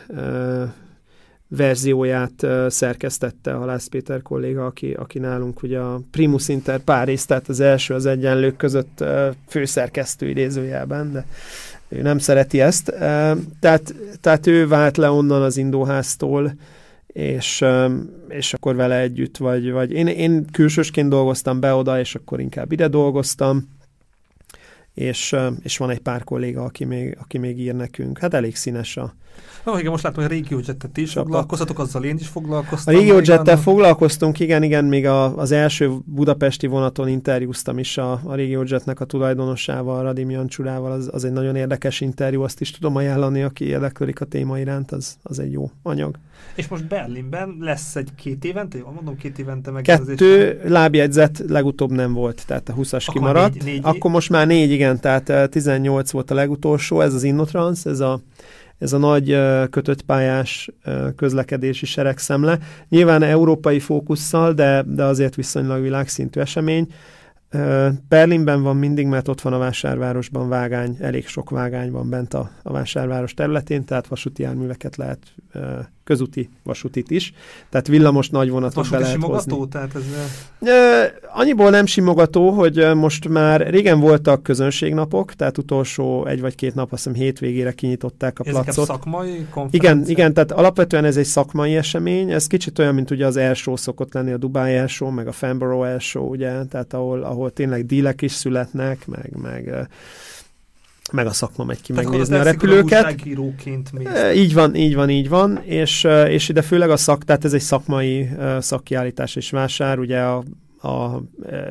verzióját szerkesztette a Halász Péter kolléga, aki, aki nálunk ugye a Primus Inter Paris, tehát az első az egyenlők között főszerkesztő idézőjelben, de ő nem szereti ezt. Tehát, tehát ő vált le onnan az Indóháztól, és, és akkor vele együtt, vagy, vagy én, én külsősként dolgoztam be oda, és akkor inkább ide dolgoztam, és, és van egy pár kolléga, aki még, aki még ír nekünk. Hát elég színes a No, igen, most látom, hogy a RegioJet-et is foglalkoztatok, azzal én is foglalkoztam. A RegioJet-tel foglalkoztunk, igen, igen, még a, az első budapesti vonaton interjúztam is a, a RegioJet-nek a tulajdonosával, Radim Jancsurával, az, az egy nagyon érdekes interjú, azt is tudom ajánlani, aki érdeklődik a téma iránt, az, az egy jó anyag. És most Berlinben lesz egy két évente, jól mondom, két évente meg. Kettő lábjegyzet legutóbb nem volt, tehát a húszas akkor kimaradt. Négy, négy akkor most már négy, igen, tehát tizennyolc volt a legutolsó, ez az Innotrans, ez a ez a nagy kötött pályás közlekedési seregszemle. Nyilván európai fókusszal, de, de azért viszonylag világszintű esemény. Berlinben van mindig, mert ott van a vásárvárosban vágány, elég sok vágány van bent a, a vásárváros területén, tehát vasúti járműveket lehet, közúti vasútit is, tehát villamos nagy vonatot be lehet simogató, hozni. Tehát ez Annyiból nem simogató, hogy most már régen voltak közönségnapok, tehát utolsó egy vagy két nap, azt hiszem hétvégére kinyitották a Ezek placot. szakmai konferencia? Igen, igen, tehát alapvetően ez egy szakmai esemény, ez kicsit olyan, mint ugye az Air Show szokott lenni, a Dubai Air Show, meg a Farnborough Air Show, ugye, tehát ahol, ahol tényleg dílek is születnek, meg, meg, meg a szakma megy ki tehát megnézni a repülőket. A így van, így van, így van, és, és ide főleg a szak, tehát ez egy szakmai szakkiállítás és vásár, ugye a, a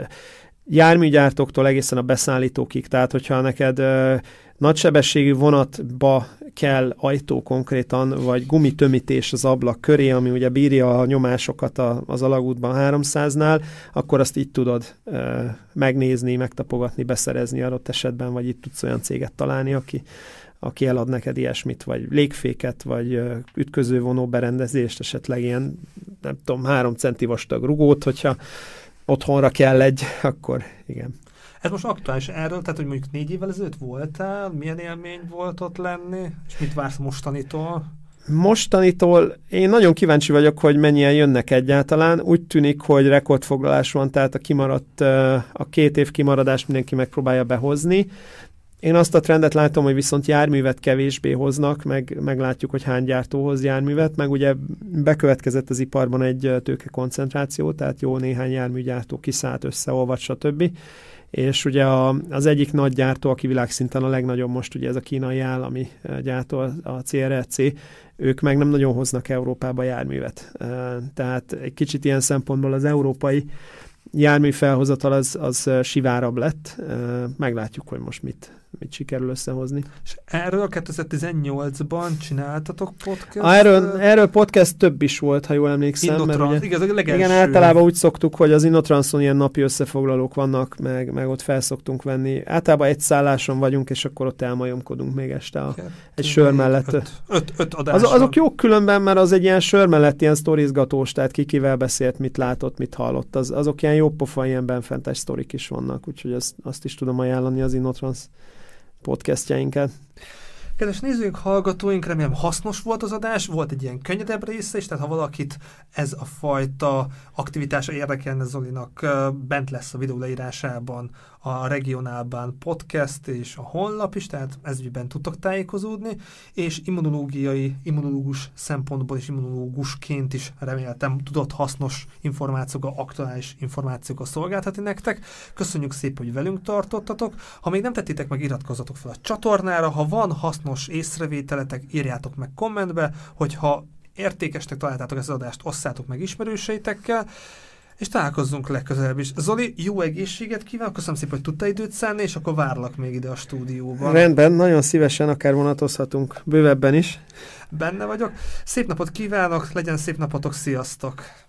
járműgyártóktól egészen a beszállítókig, tehát hogyha neked nagysebességű vonatba kell ajtó konkrétan, vagy gumitömítés az ablak köré, ami ugye bírja a nyomásokat a, az alagútban háromszáznál, akkor azt így tudod e, megnézni, megtapogatni, beszerezni adott esetben, vagy itt tudsz olyan céget találni, aki, aki elad neked ilyesmit, vagy légféket, vagy ütközővonó berendezést, esetleg ilyen, nem tudom, három centi vastag rugót, hogyha otthonra kell egy, akkor igen. Ez most aktuális erről, tehát hogy mondjuk négy évvel ezelőtt voltál, milyen élmény volt ott lenni, és mit vársz mostanitól? Mostanitól én nagyon kíváncsi vagyok, hogy mennyien jönnek egyáltalán. Úgy tűnik, hogy rekordfoglalás van, tehát a kimaradt, a két év kimaradást mindenki megpróbálja behozni. Én azt a trendet látom, hogy viszont járművet kevésbé hoznak, meg, meglátjuk, hogy hány gyártó hoz járművet, meg ugye bekövetkezett az iparban egy tőkekoncentráció, tehát jó néhány járműgyártó kiszállt, összeolvad, stb. És ugye a, az egyik nagy gyártó, aki világszinten a legnagyobb most, ugye ez a kínai állami gyártó, a cé er e cé, ők meg nem nagyon hoznak Európába járművet. Tehát egy kicsit ilyen szempontból az európai jármű felhozatal az, az sivárabb lett. Meglátjuk, hogy most mit, mit sikerül összehozni. És erről kétezer-tizennyolcban csináltatok podcast? Erről, erről podcast több is volt, ha jól emlékszem. Innotrans, mert ugye, igaz, a legelső. Igen, általában úgy szoktuk, hogy az Innotranson ilyen napi összefoglalók vannak, meg, meg ott felszoktunk venni. Általában egy szálláson vagyunk, és akkor ott elmajomkodunk még este a, egy sör mellett. Öt, öt, öt Az, azok jók különben, mert az egy ilyen sör mellett ilyen sztorizgatós, tehát ki kivel beszélt, mit látott, mit hallott. Az, azok ilyen jó pofa, ilyen benfentes sztorik is vannak, úgyhogy azt, azt is tudom ajánlani az Innotrans podcastjainkat. Kedves nézőink, hallgatóink, remélem hasznos volt az adás, volt egy ilyen könnyedebb része is, tehát ha valakit ez a fajta aktivitása érdekelne Zolinak, bent lesz a videó leírásában a Regionálban podcast és a honlap is, tehát ezügyben tudtok tájékozódni, és immunológiai, immunológus szempontból és immunológusként is reméltem tudott hasznos információkkal, aktuális információkkal szolgáltatni nektek. Köszönjük szépen, hogy velünk tartottatok. Ha még nem tettétek meg, iratkozzatok fel a csatornára, ha van hasznos észrevételetek, írjátok meg kommentbe, hogyha értékesnek találtátok ezt az adást, osszátok meg ismerőseitekkel, és találkozzunk legközelebb is. Zoli, jó egészséget kívánok, köszönöm szépen, hogy tudtál időt szánni, és akkor várlak még ide a stúdióban. Rendben, nagyon szívesen, akár vonatozhatunk bővebben is. Benne vagyok. Szép napot kívánok, legyen szép napotok, sziasztok!